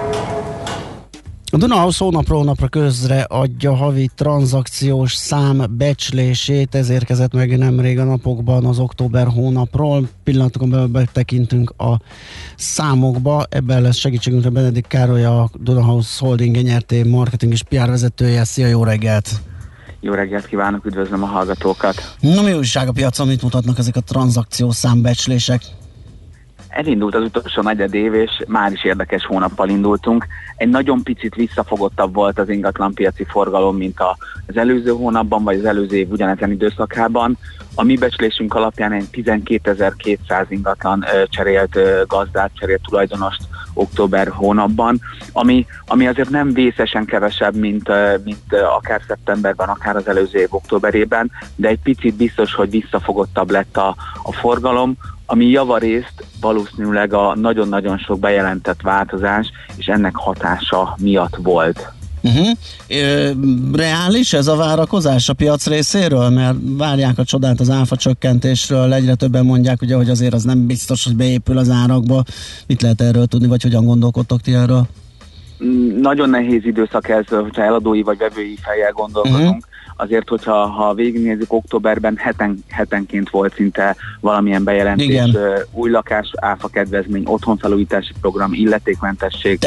A Dunahouse hónapról napra közre adja havi tranzakciós szám becslését, ez érkezett meg nemrég a napokban az október hónapról. Pillanatokon belül betekintünk a számokba, ebben lesz segítségünkre Benedikt Károly, a Dunahouse Holding NRT marketing és PR vezetője. Szia, jó reggelt! Jó reggelt kívánok, üdvözlöm a hallgatókat! Na, mi újság a piacon, mit mutatnak ezek a tranzakciós számbecslések? Elindult az utolsó negyedév, és már is érdekes hónappal indultunk. Egy nagyon picit visszafogottabb volt az ingatlanpiaci forgalom, mint az előző hónapban, vagy az előző év ugyanezen időszakában. A mi becslésünk alapján egy 12.200 ingatlan cserélt gazdát, cserélt tulajdonost október hónapban, ami azért nem vészesen kevesebb, mint akár szeptemberben, akár az előző év októberében, de egy picit biztos, hogy visszafogottabb lett a forgalom, ami javarészt valószínűleg a nagyon-nagyon sok bejelentett változás és ennek hatása miatt volt. Reális ez a várakozás a piac részéről? Mert várják a csodát az áfa csökkentésről, egyre többen mondják, ugye, hogy azért az nem biztos, hogy beépül az árakba. Mit lehet erről tudni, vagy hogyan gondolkodtok ti erről? Nagyon nehéz időszak ez, hogyha eladói vagy vevői fejjel gondolkodunk. Azért, hogyha végignézzük, októberben hetenként volt szinte valamilyen bejelentés, igen. Új lakás, áfa kedvezmény, otthonfelújítási program, illetékmentesség,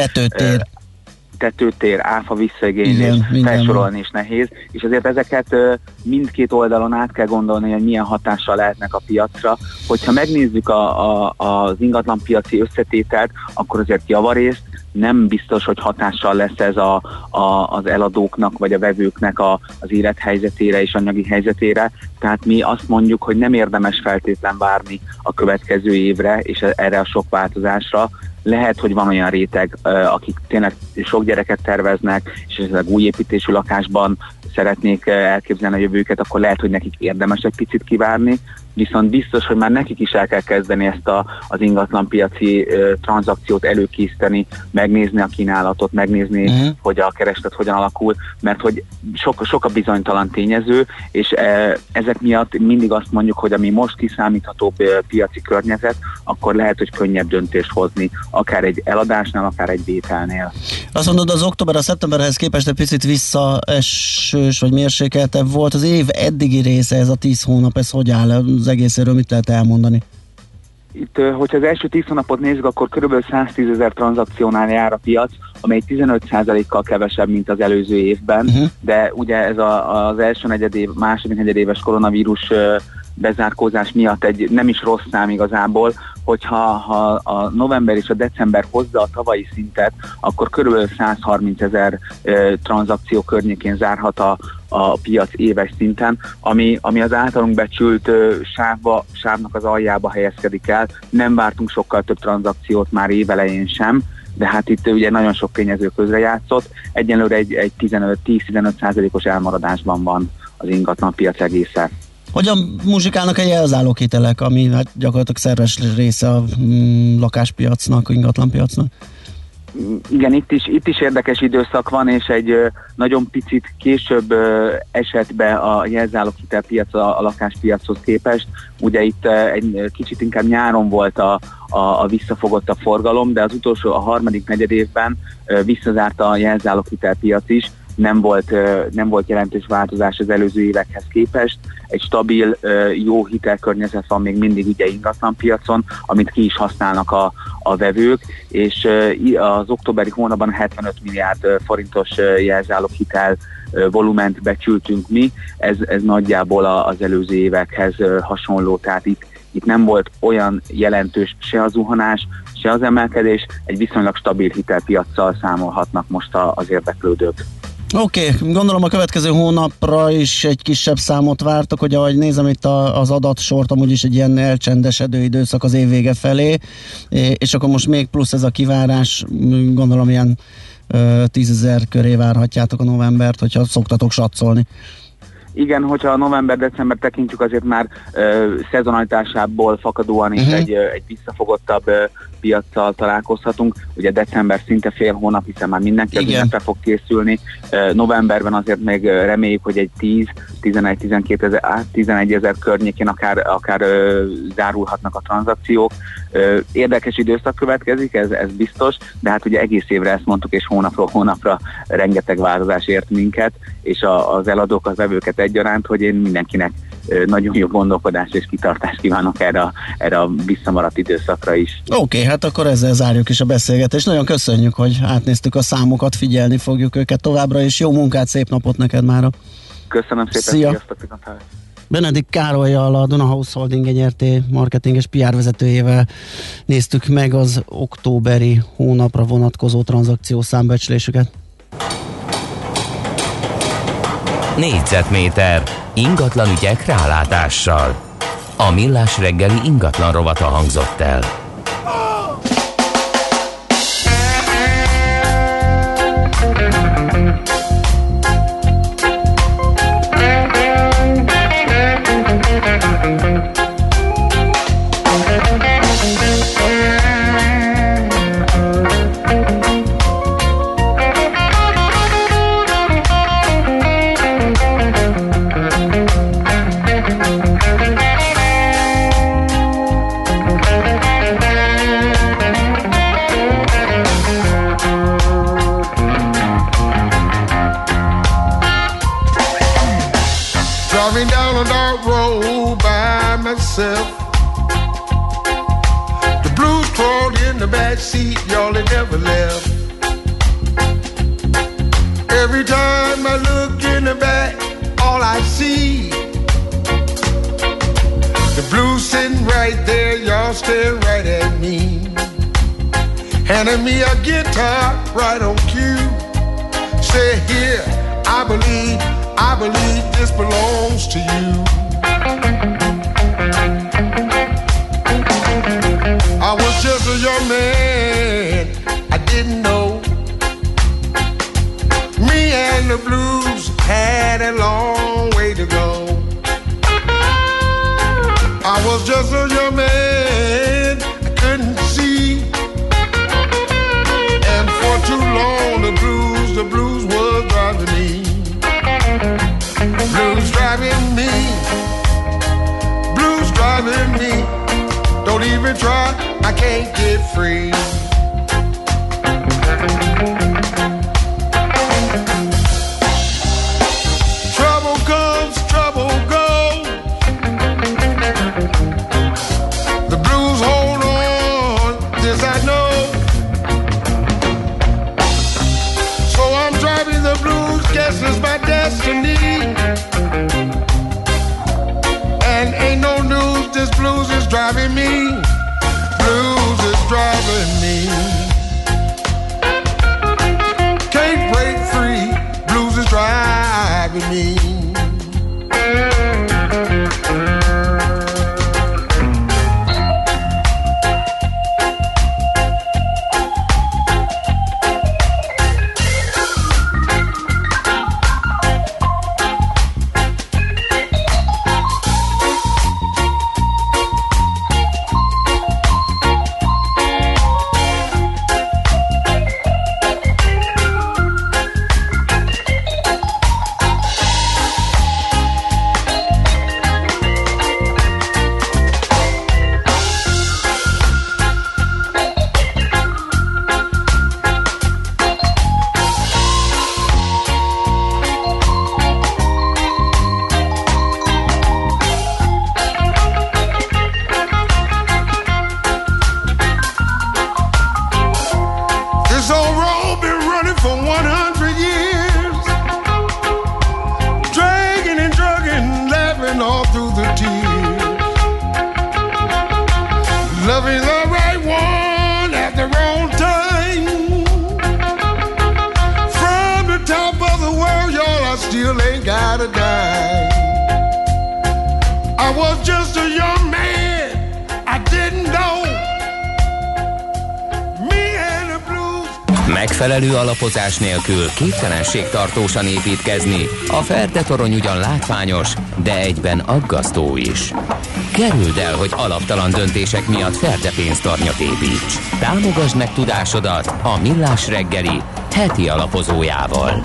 tetőtér, áfa visszaigénylés, felsorolni is nehéz, és azért ezeket mindkét oldalon át kell gondolni, hogy milyen hatással lehetnek a piacra. Hogyha megnézzük az ingatlanpiaci összetételt, akkor azért javarészt nem biztos, hogy hatással lesz ez az eladóknak vagy a vevőknek az élethelyzetére és anyagi helyzetére. Tehát mi azt mondjuk, hogy nem érdemes feltétlen várni a következő évre és erre a sok változásra. Lehet, hogy van olyan réteg, akik tényleg sok gyereket terveznek, és esetleg új építésű lakásban szeretnék elképzelni a jövőket, akkor lehet, hogy nekik érdemes egy picit kivárni, viszont biztos, hogy már nekik is el kell kezdeni ezt az ingatlanpiaci tranzakciót előkészíteni, megnézni a kínálatot, megnézni, hogy a kereslet hogyan alakul, mert hogy sok a bizonytalan tényező, és ezek miatt mindig azt mondjuk, hogy ami most kiszámíthatóbb piaci környezet, akkor lehet, hogy könnyebb döntést hozni, akár egy eladásnál, akár egy vételnél. Azt mondod, az október a szeptemberhez képest egy picit visszaesős vagy mérsékeltebb volt. Az év eddigi része, ez a 10 hónap, ez hogy áll? Az egészéről mit lehet elmondani? Itt, hogyha az első 10 hónapot nézzük, akkor kb. 110 000 tranzakciónál jár a piac, amely 15%-kal kevesebb, mint az előző évben, de ugye ez az első negyedév, második negyedéves koronavírus bezárkózás miatt egy nem is rossz szám igazából, hogyha a november és a december hozza a tavalyi szintet, akkor körülbelül 130 000 tranzakció környékén zárhat a piac éves szinten, ami az általunk becsült sávnak az aljába helyezkedik el. Nem vártunk sokkal több tranzakciót már évelején sem, de hát itt ugye nagyon sok tényező közrejátszott. Egyenlőre egy 10-15%-os elmaradásban van az ingatlanpiac egészen. Hogyan muzsikálnak a jelzálóghitelek, ami hát gyakorlatilag szerves része a lakáspiacnak, ingatlanpiacnak? Igen, itt is érdekes időszak van, és egy nagyon picit később esett be a jelzáloghitelpiac a lakáspiachoz képest. Ugye itt egy kicsit inkább nyáron volt a visszafogott a forgalom, de az utolsó, a harmadik negyedévben visszazárt a jelzáloghitelpiac is. Nem volt jelentős változás az előző évekhez képest. Egy stabil, jó hitelkörnyezet van még mindig ugye ingatlanpiacon, amit ki is használnak a vevők, és az októberi hónapban 75 milliárd forintos jelzáloghitel volument becsültünk mi. Ez nagyjából az előző évekhez hasonló, tehát itt nem volt olyan jelentős se az zuhanás, se az emelkedés, egy viszonylag stabil hitelpiaccal számolhatnak most az érdeklődők. Oké, gondolom a következő hónapra is egy kisebb számot vártok, hogy ahogy nézem itt az adatsort, amúgy is egy ilyen elcsendesedő időszak az év vége felé, és akkor most még plusz ez a kivárás, gondolom ilyen 10 000 köré várhatjátok a novembert, hogyha szoktatok satszolni. Igen, hogyha a november-december tekintjük, azért már szezonalitásából fakadóan is egy visszafogottabb piaccal találkozhatunk. Ugye december szinte fél hónap, hiszen már mindenki az ünnepre fog készülni. Novemberben azért még reméljük, hogy egy 10-11 ezer környékén akár zárulhatnak a tranzakciók. Érdekes időszak következik, ez biztos, de hát ugye egész évre ezt mondtuk, és hónapról hónapra rengeteg változás ért minket, és az eladók, az vevőket egyaránt, hogy én mindenkinek nagyon jó gondolkodást és kitartást kívánok erre a visszamaradt időszakra is. Oké, hát akkor ezzel zárjuk is a beszélgetést. Nagyon köszönjük, hogy átnéztük a számokat, figyelni fogjuk őket továbbra, és jó munkát, szép napot neked mára. Köszönöm szépen, sziasztok! Benedikt Károllyal, a Duna House Holding ENYRT marketing és PR vezetőjével néztük meg az októberi hónapra vonatkozó tranzakció számbecslésüket. Négyzetméter ingatlan ügyek rálátással. A Millás reggeli ingatlan rovata hangzott el. The blues crawled in the back seat, y'all, they never left. Every time I look in the back, all I see, the blues sitting right there, y'all staring right at me, handing me a guitar right on cue. Say here, I believe this belongs to you. I was just a young man, I didn't know. Me and the blues had a long way to go. I was just a young man, I couldn't see. And for too long the blues was driving me. Blues driving me, blues driving me. Don't even try, I can't get free. Trouble comes, trouble goes. The blues hold on, this I know. So I'm driving the blues, guess it's my destiny. And ain't no news, this blues is driving me. Blues is driving me. Can't break free, blues is driving me. Megfelelő alapozás nélkül képtelenség tartósan építkezni. A Ferde torony ugyan látványos, de egyben aggasztó is. Kerüld el, hogy alaptalan döntések miatt Ferde pénztarnyat építs. Támogasd meg tudásodat a Millás reggeli heti alapozójával.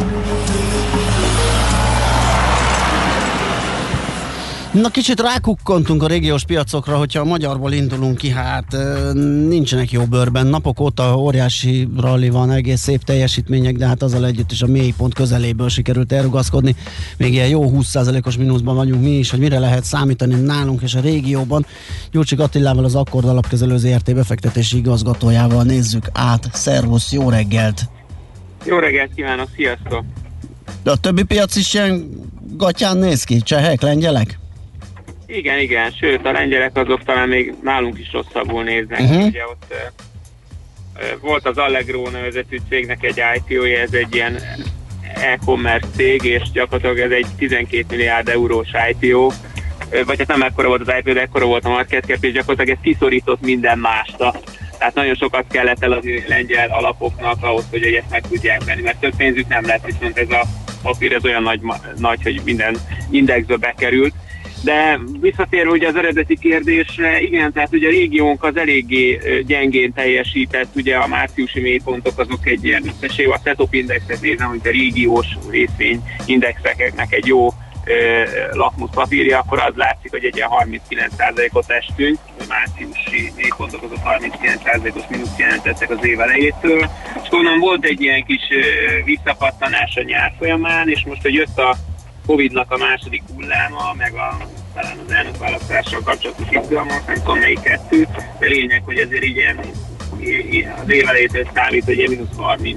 Na, kicsit rákukkantunk a régiós piacokra, hogyha a magyarból indulunk ki, hát nincsenek jó bőrben. Napok óta óriási ralli van, egész szép teljesítmények, de hát azzal együtt is a mélypont közeléből sikerült elrugaszkodni. Még ilyen jó 20%-os mínuszban vagyunk mi is, hogy mire lehet számítani nálunk és a régióban. Gyurcsik Attilával, az Akkord Alapkezelő Zrt. Befektetési igazgatójával nézzük át. Szervusz, jó reggelt! Jó reggelt kívánok, sziasztok! De a többi piac is ilyen gatyán néz ki? Csehek, lengyelek? Igen, sőt a lengyelek azok talán még nálunk is rosszabbul néznek. Ugye ott volt az Allegro nevezetű cégnek egy IPO-ja, ez egy ilyen e-commerce cég, és gyakorlatilag ez egy 12 milliárd eurós IPO, vagy hát nem ekkora volt az IPO, de ekkora volt a market cap, és gyakorlatilag ez kiszorított minden másra. Tehát nagyon sokat kellett el az lengyel alapoknak ahhoz, hogy ezt meg tudják venni, mert több pénzük nem lett, viszont ez a papír ez olyan nagy, hogy minden indexbe bekerült. De visszatérve ugye az eredeti kérdésre, igen, tehát ugye a régiónk az eléggé gyengén teljesített, ugye a márciusi mélypontok azok egy ilyen összesség, a Setop indexet nézem, hogy a régiós részvényindexeknek egy jó lakmusz papírja, akkor az látszik, hogy egy ilyen 39%-ot estünk, a márciusi mélypontok azok 39%-os mínusz jelentettek az év elejétől, és onnan volt egy ilyen kis visszapattanás a nyár folyamán, és most, hogy jött a Covid-nak a második hulláma, meg talán az elnökválasztással kapcsolatos izgalmak, nem tudom melyik kettő, de lényeg, hogy ezért így az év elejétől számít, hogy ilyen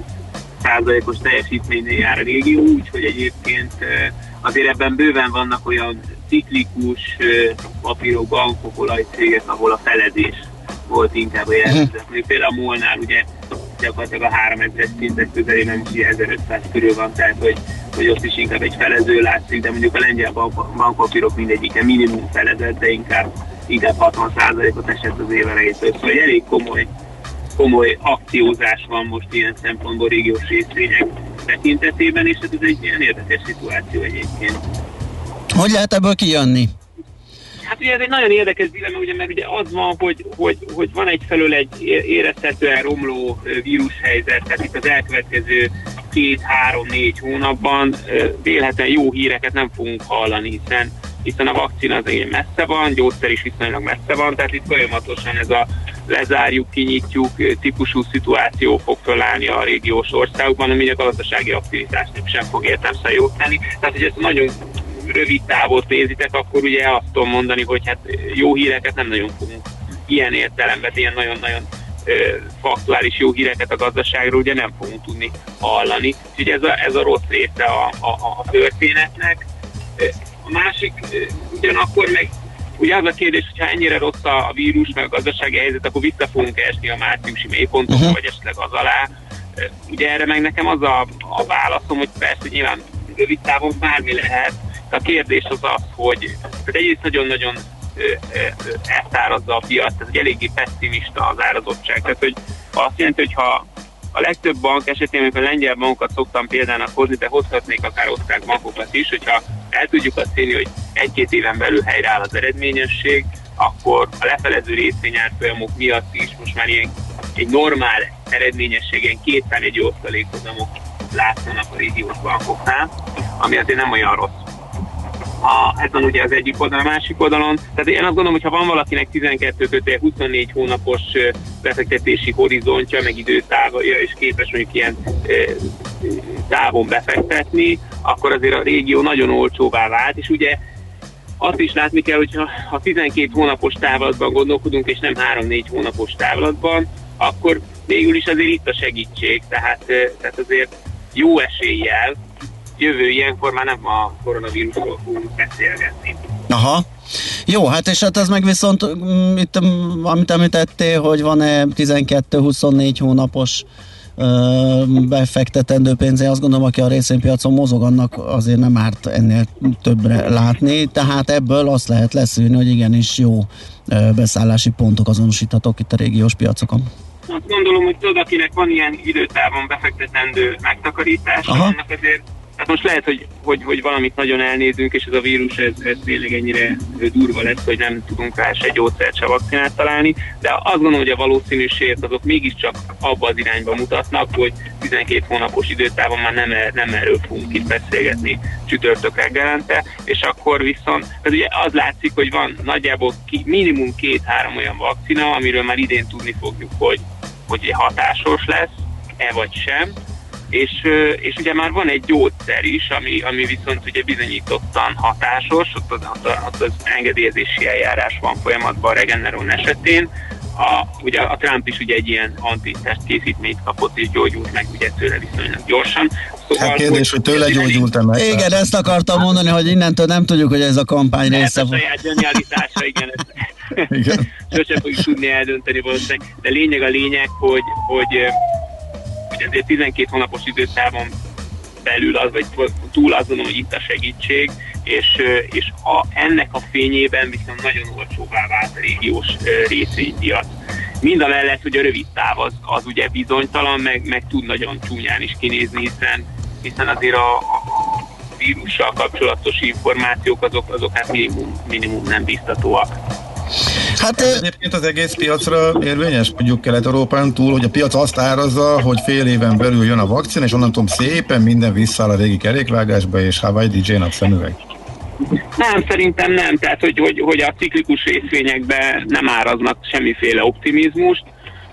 -30%-os teljesítménynél jár a régió, úgyhogy egyébként azért ebben bőven vannak olyan ciklikus papírok, bankok, olajcégek, ahol a feledés volt inkább a jellemző. Például a MOL-nál ugye gyakorlatilag a 3000 szintek közelében most ugye 1500 körül van, tehát hogy ott is inkább egy felező látszik, de mondjuk a lengyel bankpapírok mindegyike minimum felezett, de inkább 60%-ot esett az év elejétől. Szóval elég komoly akciózás van most ilyen szempontból régiós részvények tekintetében, és ez egy ilyen érdekes szituáció egyébként. Hogy lehet ebből kijönni? Hát ugye ez egy nagyon érdekes dilemma, ugye, mert ugye az van, hogy van egyfelől egy érezhetően romló vírushelyzet, tehát itt az elkövetkező 2-3-4 hónapban vélhetően jó híreket nem fogunk hallani, hiszen a vakcina az messze van, gyógyszer is viszonylag messze van, tehát itt folyamatosan ez a lezárjuk, kinyitjuk típusú szituáció fog fölállni a régiós országokban, ami a gazdasági aktivitásnak sem fog értelemszerűen jót tenni. Tehát, hogy ezt nagyon rövid távot nézitek, akkor ugye azt tudom mondani, hogy hát jó híreket nem nagyon fogunk ilyen értelemben, ilyen nagyon-nagyon faktuális jó híreket a gazdaságról ugye nem fogunk tudni hallani. Úgyhogy ez a rossz része a történetnek. A másik ugyanakkor meg ugye az a kérdés, hogyha ennyire rossz a vírus, meg a gazdasági helyzet, akkor vissza fogunk esni a márciusi mélypontokra, vagy esetleg az alá. Ugye erre meg nekem az a válaszom, hogy persze nyilván rövid távon bármi lehet. A kérdés az, hogy egyrészt nagyon-nagyon elszárazza a piac, tehát eléggé pessimista az árazottság. Tehát, hogy azt jelenti, hogy ha a legtöbb bank esetén, amikor a lengyel bankokat szoktam példának hozni, de hozhatnék akár osztrák bankokat is, hogyha el tudjuk azt hinni, hogy 1-2 éven belül helyreáll az eredményesség, akkor a lefelező részvényárfolyamok miatt is most már ilyen egy normál eredményességen 2-4 osztalékhozamok látszanak a régiós bankoknál, ami azért nem olyan rossz. Ez van ugye az egyik oldalon, a másik oldalon. Tehát én azt gondolom, hogy ha van valakinek 12-24 hónapos befektetési horizontja, meg időtávja, és képes mondjuk ilyen távon befektetni, akkor azért a régió nagyon olcsóvá vált, és ugye azt is látni kell, hogy ha 12 hónapos távlatban gondolkodunk, és nem 3-4 hónapos távlatban, akkor végül is azért itt a segítség, tehát azért jó eséllyel jövő ilyenkor már nem a koronavírusról fogunk beszélgetni. Aha. Jó, hát és hát ez meg viszont itt, amit említettél, hogy van-e 12-24 hónapos befektetendő pénze, azt gondolom, aki a részvénypiacon mozog, annak azért nem árt ennél többre látni, tehát ebből azt lehet leszűrni, hogy igenis jó beszállási pontok azonosíthatók itt a régiós piacokon. azt gondolom, hogy tudod, akinek van ilyen időtávon befektetendő megtakarítása, annak azért, hát most lehet, hogy valamit nagyon elnézünk, és ez a vírus, ez tényleg ennyire durva lesz, hogy nem tudunk rá se gyógyszert, se vakcinát találni, de azt gondolom, hogy a valószínűségek azok mégiscsak abba az irányba mutatnak, hogy 12 hónapos időtávon már nem erről fogunk itt beszélgetni csütörtök reggelente, és akkor viszont, ez ugye az látszik, hogy van nagyjából minimum 2-3 olyan vakcina, amiről már idén tudni fogjuk, hogy hatásos lesz-e vagy sem, és ugye már van egy gyógyszer is, ami viszont ugye bizonyítottan hatásos, ott az engedélyezési eljárás van folyamatban a Regeneron esetén. Ugye a Trump is ugye egy ilyen antitest készítményt kapott és gyógyult meg ugye tőle viszonylag gyorsan. Szóval, hát kérdés, hogy tőle gyógyult-e meg? Igen, ezt akartam mondani, hogy innentől nem tudjuk, hogy ez a kampány része. A saját zsenialitása, igen. Sosem fogjuk tudni eldönteni valószínűleg. De lényeg a lényeg, hogy ezért 12 hónapos időtávon belül az, vagy túl azt gondolom, hogy itt a segítség, és ennek a fényében viszont nagyon olcsóvá vált a régiós részvénypiac. Mind a mellett, hogy a rövid táv az ugye bizonytalan, meg tud nagyon csúnyán is kinézni, hiszen azért a vírussal kapcsolatos információk azok hát minimum nem biztatóak. Hát egyébként az egész piacra érvényes, mondjuk Kelet-Európán túl, hogy a piac azt árazza, hogy fél éven belül jön a vakcina, és onnantól szépen minden visszaáll a régi kerékvágásba, és Hawaii DJ-nak szemüveg. Nem, szerintem nem. Tehát, hogy a ciklikus részvényekben nem áraznak semmiféle optimizmust.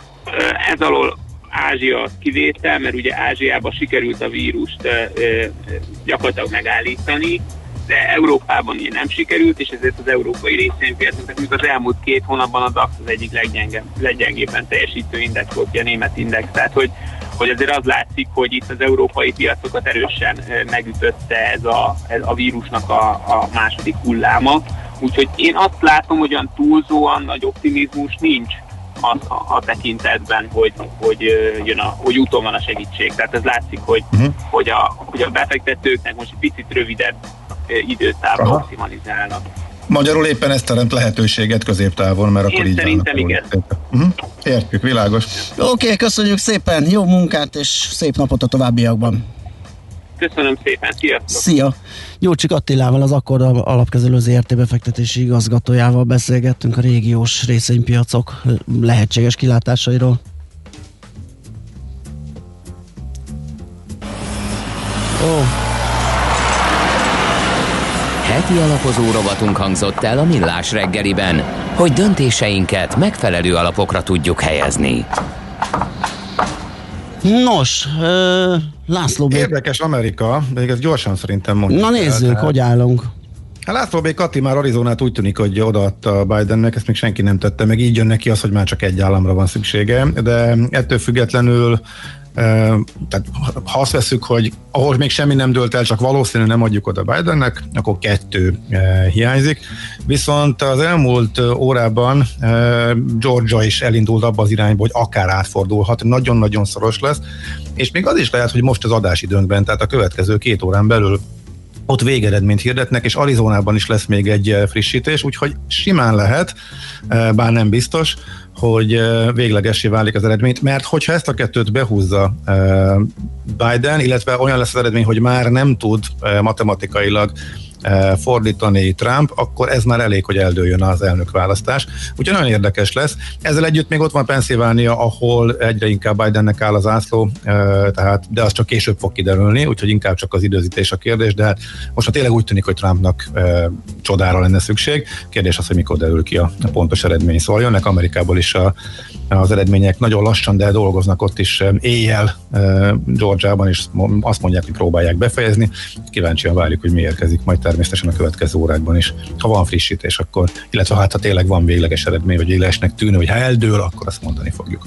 Ez alól Ázsia kivétel, mert ugye Ázsiában sikerült a vírust gyakorlatilag megállítani, de Európában ugye nem sikerült, és ezért az európai részvénypiacnak az elmúlt 2 hónapban a DAX az egyik leggyengébben teljesítő index volt, a német index, tehát hogy azért az látszik, hogy itt az európai piacokat erősen megütötte ez a vírusnak a második hulláma, úgyhogy én azt látom, hogy olyan túlzóan nagy optimizmus nincs a tekintetben, hogy úton van a segítség. Tehát ez látszik, hogy a befektetőknek most egy picit rövidebb időtávra optimalizálnak. Magyarul éppen ez teremt lehetőséget középtávon, mert akkor így szerintem igen. Értjük, világos. Oké, köszönjük szépen, jó munkát és szép napot a továbbiakban. Köszönöm szépen, sziasztok! Szia! Gyurcsik Attilával, az Akkord alapkezelő ZRT befektetési igazgatójával beszélgettünk a régiós részvénypiacok lehetséges kilátásairól. Heti alapozó rovatunk hangzott el a Millás reggeliben, hogy döntéseinket megfelelő alapokra tudjuk helyezni. Nos, László B. Érdekes Amerika, még ezt gyorsan szerintem mondjuk. Na nézzük, hogy állunk. László B. Kati már Arizonát úgy tűnik, hogy odaadta Bidennek, ezt még senki nem tette, meg így jön neki az, hogy már csak egy államra van szüksége, de ettől függetlenül tehát ha azt veszük, hogy ahol még semmi nem dőlt el, csak valószínűleg nem adjuk oda Bidennek, akkor 2 hiányzik. Viszont az elmúlt órában Georgia is elindult abba az irányba, hogy akár átfordulhat, nagyon-nagyon szoros lesz, és még az is lehet, hogy most az adásidőnkben, tehát a következő 2 órán belül ott végeredményt hirdetnek, és Arizonában is lesz még egy frissítés, úgyhogy simán lehet, bár nem biztos, hogy véglegessé válik az eredményt, mert hogyha ezt a 2-t behúzza Biden, illetve olyan lesz az eredmény, hogy már nem tud matematikailag fordítani Trump, akkor ez már elég, hogy eldőljön az elnökválasztás. Úgyhogy nagyon érdekes lesz. Ezzel együtt még ott van Pennsylvania, ahol egyre inkább Bidennek áll az ászló, de az csak később fog kiderülni, úgyhogy inkább csak az időzítés a kérdés, de hát most tényleg úgy tűnik, hogy Trumpnak csodára lenne szükség. Kérdés az, hogy mikor derül ki a pontos eredmény. Szóval jönnek Amerikából is az eredmények nagyon lassan, de dolgoznak ott is éjjel Georgiában, és azt mondják, hogy próbálják befejezni. Kíváncsian várjuk, hogy mi érkezik majd természetesen a következő órákban is. Ha van frissítés, akkor, illetve hát ha tényleg van végleges eredmény, vagy véglegesnek tűnő, hogy ha eldől, akkor azt mondani fogjuk.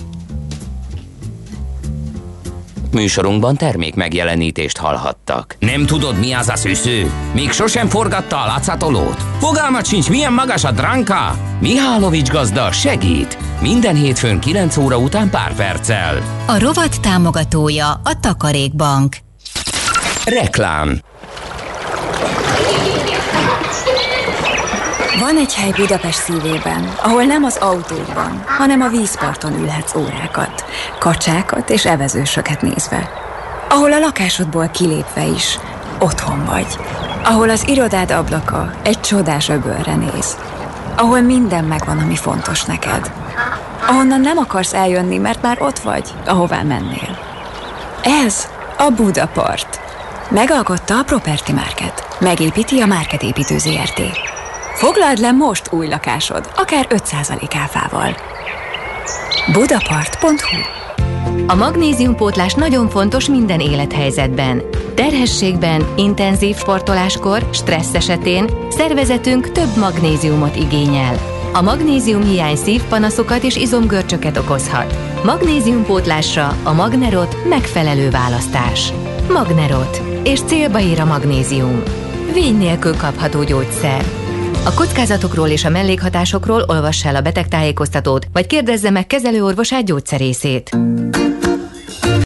Műsorunkban termék megjelenítést hallhattak. Nem tudod, mi az a szűző? Még sosem forgatta a látszatolót? Fogalmat sincs, milyen magas a dránka? Mihálovics gazda segít! Minden hétfőn 9 óra után pár perccel. A rovat támogatója a Takarékbank. Reklám. Van egy hely Budapest szívében, ahol nem az autókban, hanem a vízparton ülhetsz órákat, kacsákat és evezősöket nézve. Ahol a lakásodból kilépve is otthon vagy. Ahol az irodád ablaka egy csodás öbölre néz. Ahol minden megvan, ami fontos neked. Ahonnan nem akarsz eljönni, mert már ott vagy, ahová mennél. Ez a Budapart. Megalkotta a Property Market. Megépíti a Market Építő Zrt. Foglald le most új lakásod, akár 5% áfával. Budapart.hu. A magnéziumpótlás nagyon fontos minden élethelyzetben. Terhességben, intenzív sportoláskor, stressz esetén szervezetünk több magnéziumot igényel. A magnéziumhiány szívpanaszokat és izomgörcsöket okozhat. Magnéziumpótlásra a Magnerot megfelelő választás. Magnerot. És célba ér a magnézium. Vény nélkül kapható gyógyszer. A kockázatokról és a mellékhatásokról olvass el a betegtájékoztatót, vagy kérdezze meg kezelőorvosát, gyógyszerészét.